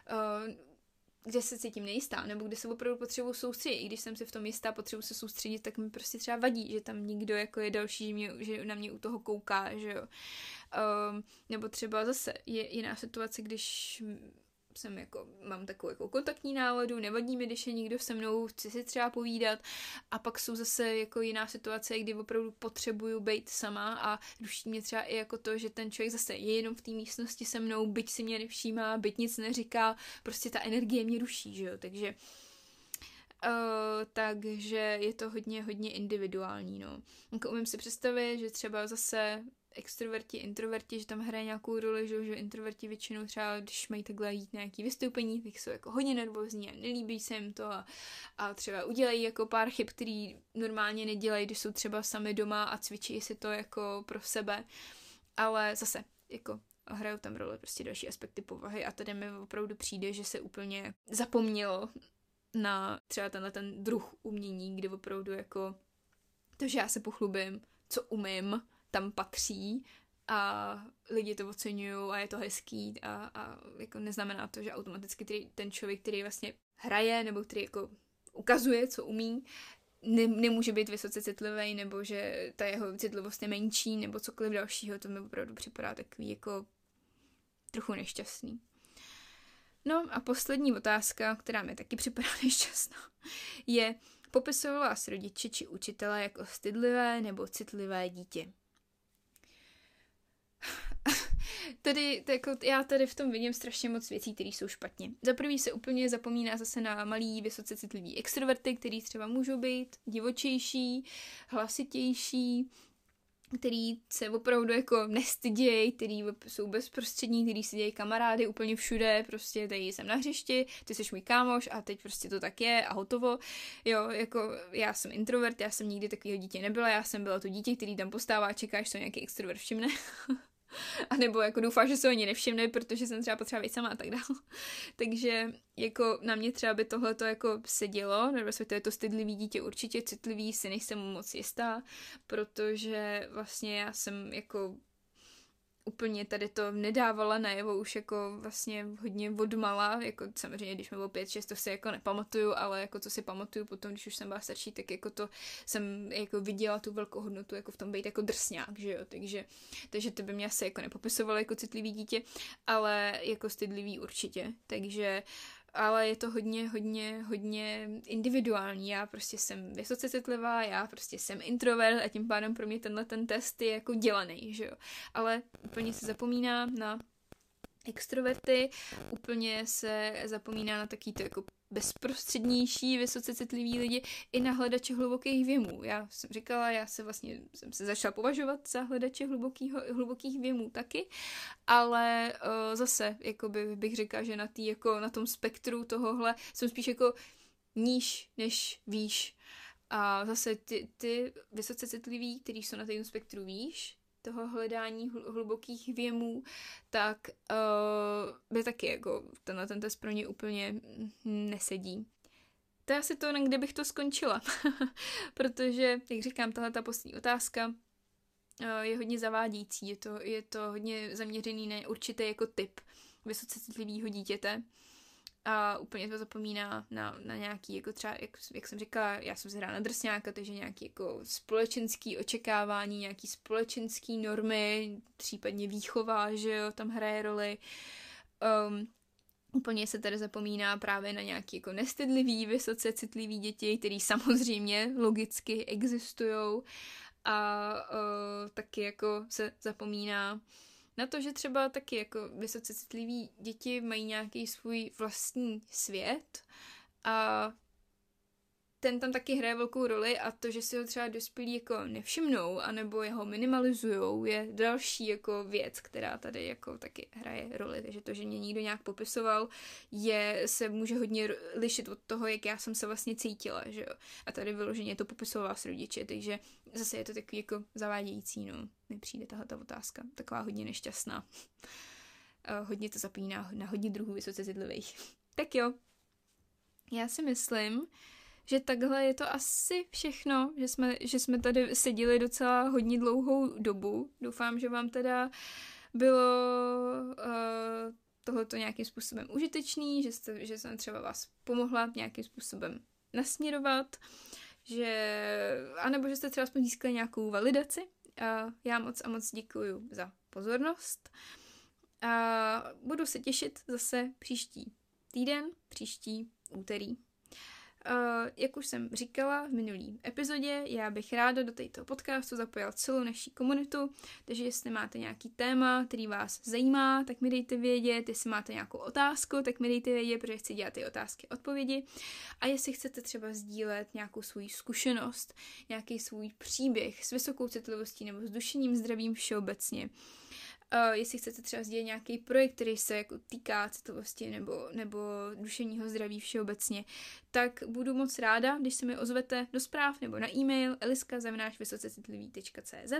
A: kde se cítím nejistá, nebo kde se opravdu potřebuji soustředit. I když jsem si v tom jistá, potřebuji se soustředit, tak mi prostě třeba vadí, že tam někdo jako je další, že na mě u toho kouká, že jo. Nebo třeba zase je jiná situace, když jsem jako, mám takovou jako kontaktní náladu, nevadí mi, když je někdo se mnou, chci si třeba povídat, a pak jsou zase jako jiná situace, kdy opravdu potřebuju být sama a ruší mě třeba i jako to, že ten člověk zase je jenom v té místnosti se mnou, byť si mě nevšímá, byť nic neříká, prostě ta energie mě ruší, že jo, takže takže je to hodně individuální, no. Jako umím si představit, že třeba zase extroverti, introverti, že tam hraje nějakou roli, že introverti většinou třeba, když mají takhle jít na nějaký vystoupení, tak jsou jako hodně nervózní a nelíbí se jim to a třeba udělají jako pár chyb, který normálně nedělají, když jsou třeba sami doma a cvičí si to jako pro sebe, ale zase jako hrajou tam roli prostě další aspekty povahy a tady mi opravdu přijde, že se úplně zapomnělo na třeba ten druh umění, kdy opravdu jako to, že já se pochlubím, co umím, tam patří a lidi to oceňují a je to hezký a jako neznamená to, že automaticky ten člověk, který vlastně hraje nebo který jako ukazuje, co umí, nemůže být vysoce citlivý nebo že ta jeho citlivost je menší nebo cokoliv dalšího, to mi opravdu připadá takový jako trochu nešťastný. No a poslední otázka, která mi taky připadá nešťastná, je: popisují vás rodiče či učitelé jako stydlivé nebo citlivé dítě? Já tady v tom vidím strašně moc věcí, které jsou špatně. Za prvý se úplně zapomíná zase na malý, vysoce citlivý extroverty, který třeba můžou být divočejší, hlasitější, který se opravdu jako nestydějí, který jsou bezprostřední, který si dějí kamarády úplně všude, prostě tady jsem na hřišti, ty jsi můj kámoš a teď prostě to tak je a hotovo. Jo, jako já jsem introvert, já jsem nikdy takového dítě nebyla, já jsem byla to dítě, který tam postává a čeká, až se nějaký extrovert všimne. A nebo jako doufám, že se oni nevšimne, protože jsem třeba potřeba být sama a tak dál. Takže jako na mě třeba by tohleto jako sedělo, nebo je to stydlivý dítě určitě, citlivý si nejsem moc jistá, protože vlastně já jsem jako úplně tady to nedávala najevo už jako vlastně hodně odmala, jako samozřejmě, když mi bylo 5-6, to si jako nepamatuju, ale jako co si pamatuju potom, když už jsem byla starší, tak jako to jsem jako viděla tu velkou hodnotu jako v tom být jako drsňák, že jo, takže to by mě asi jako nepopisovalo jako citlivý dítě, ale jako stydlivý určitě, takže ale je to hodně individuální. Já prostě jsem vysoce citlivá, já prostě jsem introvert a tím pádem pro mě ten test je jako dělaný, že jo. Ale úplně se zapomíná na extroverty, úplně se zapomíná na takový to jako bezprostřednější, vysoce citlivý lidi i na hledače hlubokých věmů. Já jsem říkala, jsem se začala považovat za hledače hlubokých věmů taky, ale zase jakoby bych řekla, že na tom spektru tohohle jsem spíš jako níž než výš. A zase ty vysoce citliví, kteří jsou na tom spektru výš, toho hledání hlubokých věmů, tak by taky jako ten test pro ně úplně nesedí. To je asi to, kde bych to skončila. Protože, jak říkám, ta poslední otázka je hodně zavádějící. Je to hodně zaměřený na určitý jako typ vysoce citlivého dítěte. A úplně to zapomíná na nějaký, jako třeba, jak jsem říkala, já jsem se hrála na drsňáka, takže nějaký jako společenský očekávání, nějaký společenský normy, případně výchova, že jo, tam hraje roli. Úplně se tady zapomíná právě na nějaký jako nestydlivý, vysoce citlivý děti, který samozřejmě logicky existujou a taky jako se zapomíná na to, že třeba taky jako vysoce citliví děti mají nějaký svůj vlastní svět a ten tam taky hraje velkou roli a to, že si ho třeba dospělí jako nevšimnou anebo jeho minimalizujou, je další jako věc, která tady jako taky hraje roli. Takže to, že mě někdo nějak popisoval, se může hodně lišit od toho, jak já jsem se vlastně cítila, že jo. A tady vyloženě to popisovala s rodiče, takže zase je to takový jako zavádějící, no. Mi přijde tahleta otázka, taková hodně nešťastná. Hodně to zapíná na hodně druhů vysoce citlivých. Tak jo, já si myslím, že takhle je to asi všechno, že jsme tady seděli docela hodně dlouhou dobu. Doufám, že vám teda bylo tohleto nějakým způsobem užitečný, že jsem třeba vás pomohla nějakým způsobem nasměrovat, anebo že jste třeba aspoň získali nějakou validaci. Já moc děkuju za pozornost a budu se těšit zase příští týden, příští úterý. Jak už jsem říkala v minulý epizodě, já bych ráda do této podcastu zapojila celou naší komunitu, takže jestli máte nějaký téma, který vás zajímá, tak mi dejte vědět, jestli máte nějakou otázku, tak mi dejte vědět, protože chci dělat ty otázky odpovědi. A jestli chcete třeba sdílet nějakou svou zkušenost, nějaký svůj příběh s vysokou citlivostí nebo s duševním zdravím všeobecně, jestli chcete třeba sdílet nějaký projekt, který se jako týká citlivosti nebo duševního zdraví všeobecně, tak budu moc ráda, když se mi ozvete do zpráv nebo na e-mail eliska@vysocecitlivý.cz.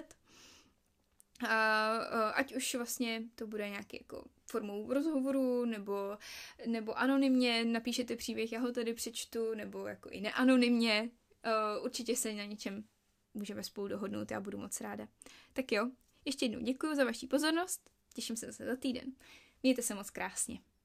A: Ať už vlastně to bude nějaký jako formou rozhovoru nebo anonymně napíšete příběh, já ho tady přečtu, nebo jako i neanonymně. Určitě se na něčem můžeme spolu dohodnout, já budu moc ráda. Tak jo, ještě jednou děkuji za vaši pozornost, těším se zase za týden. Mějte se moc krásně.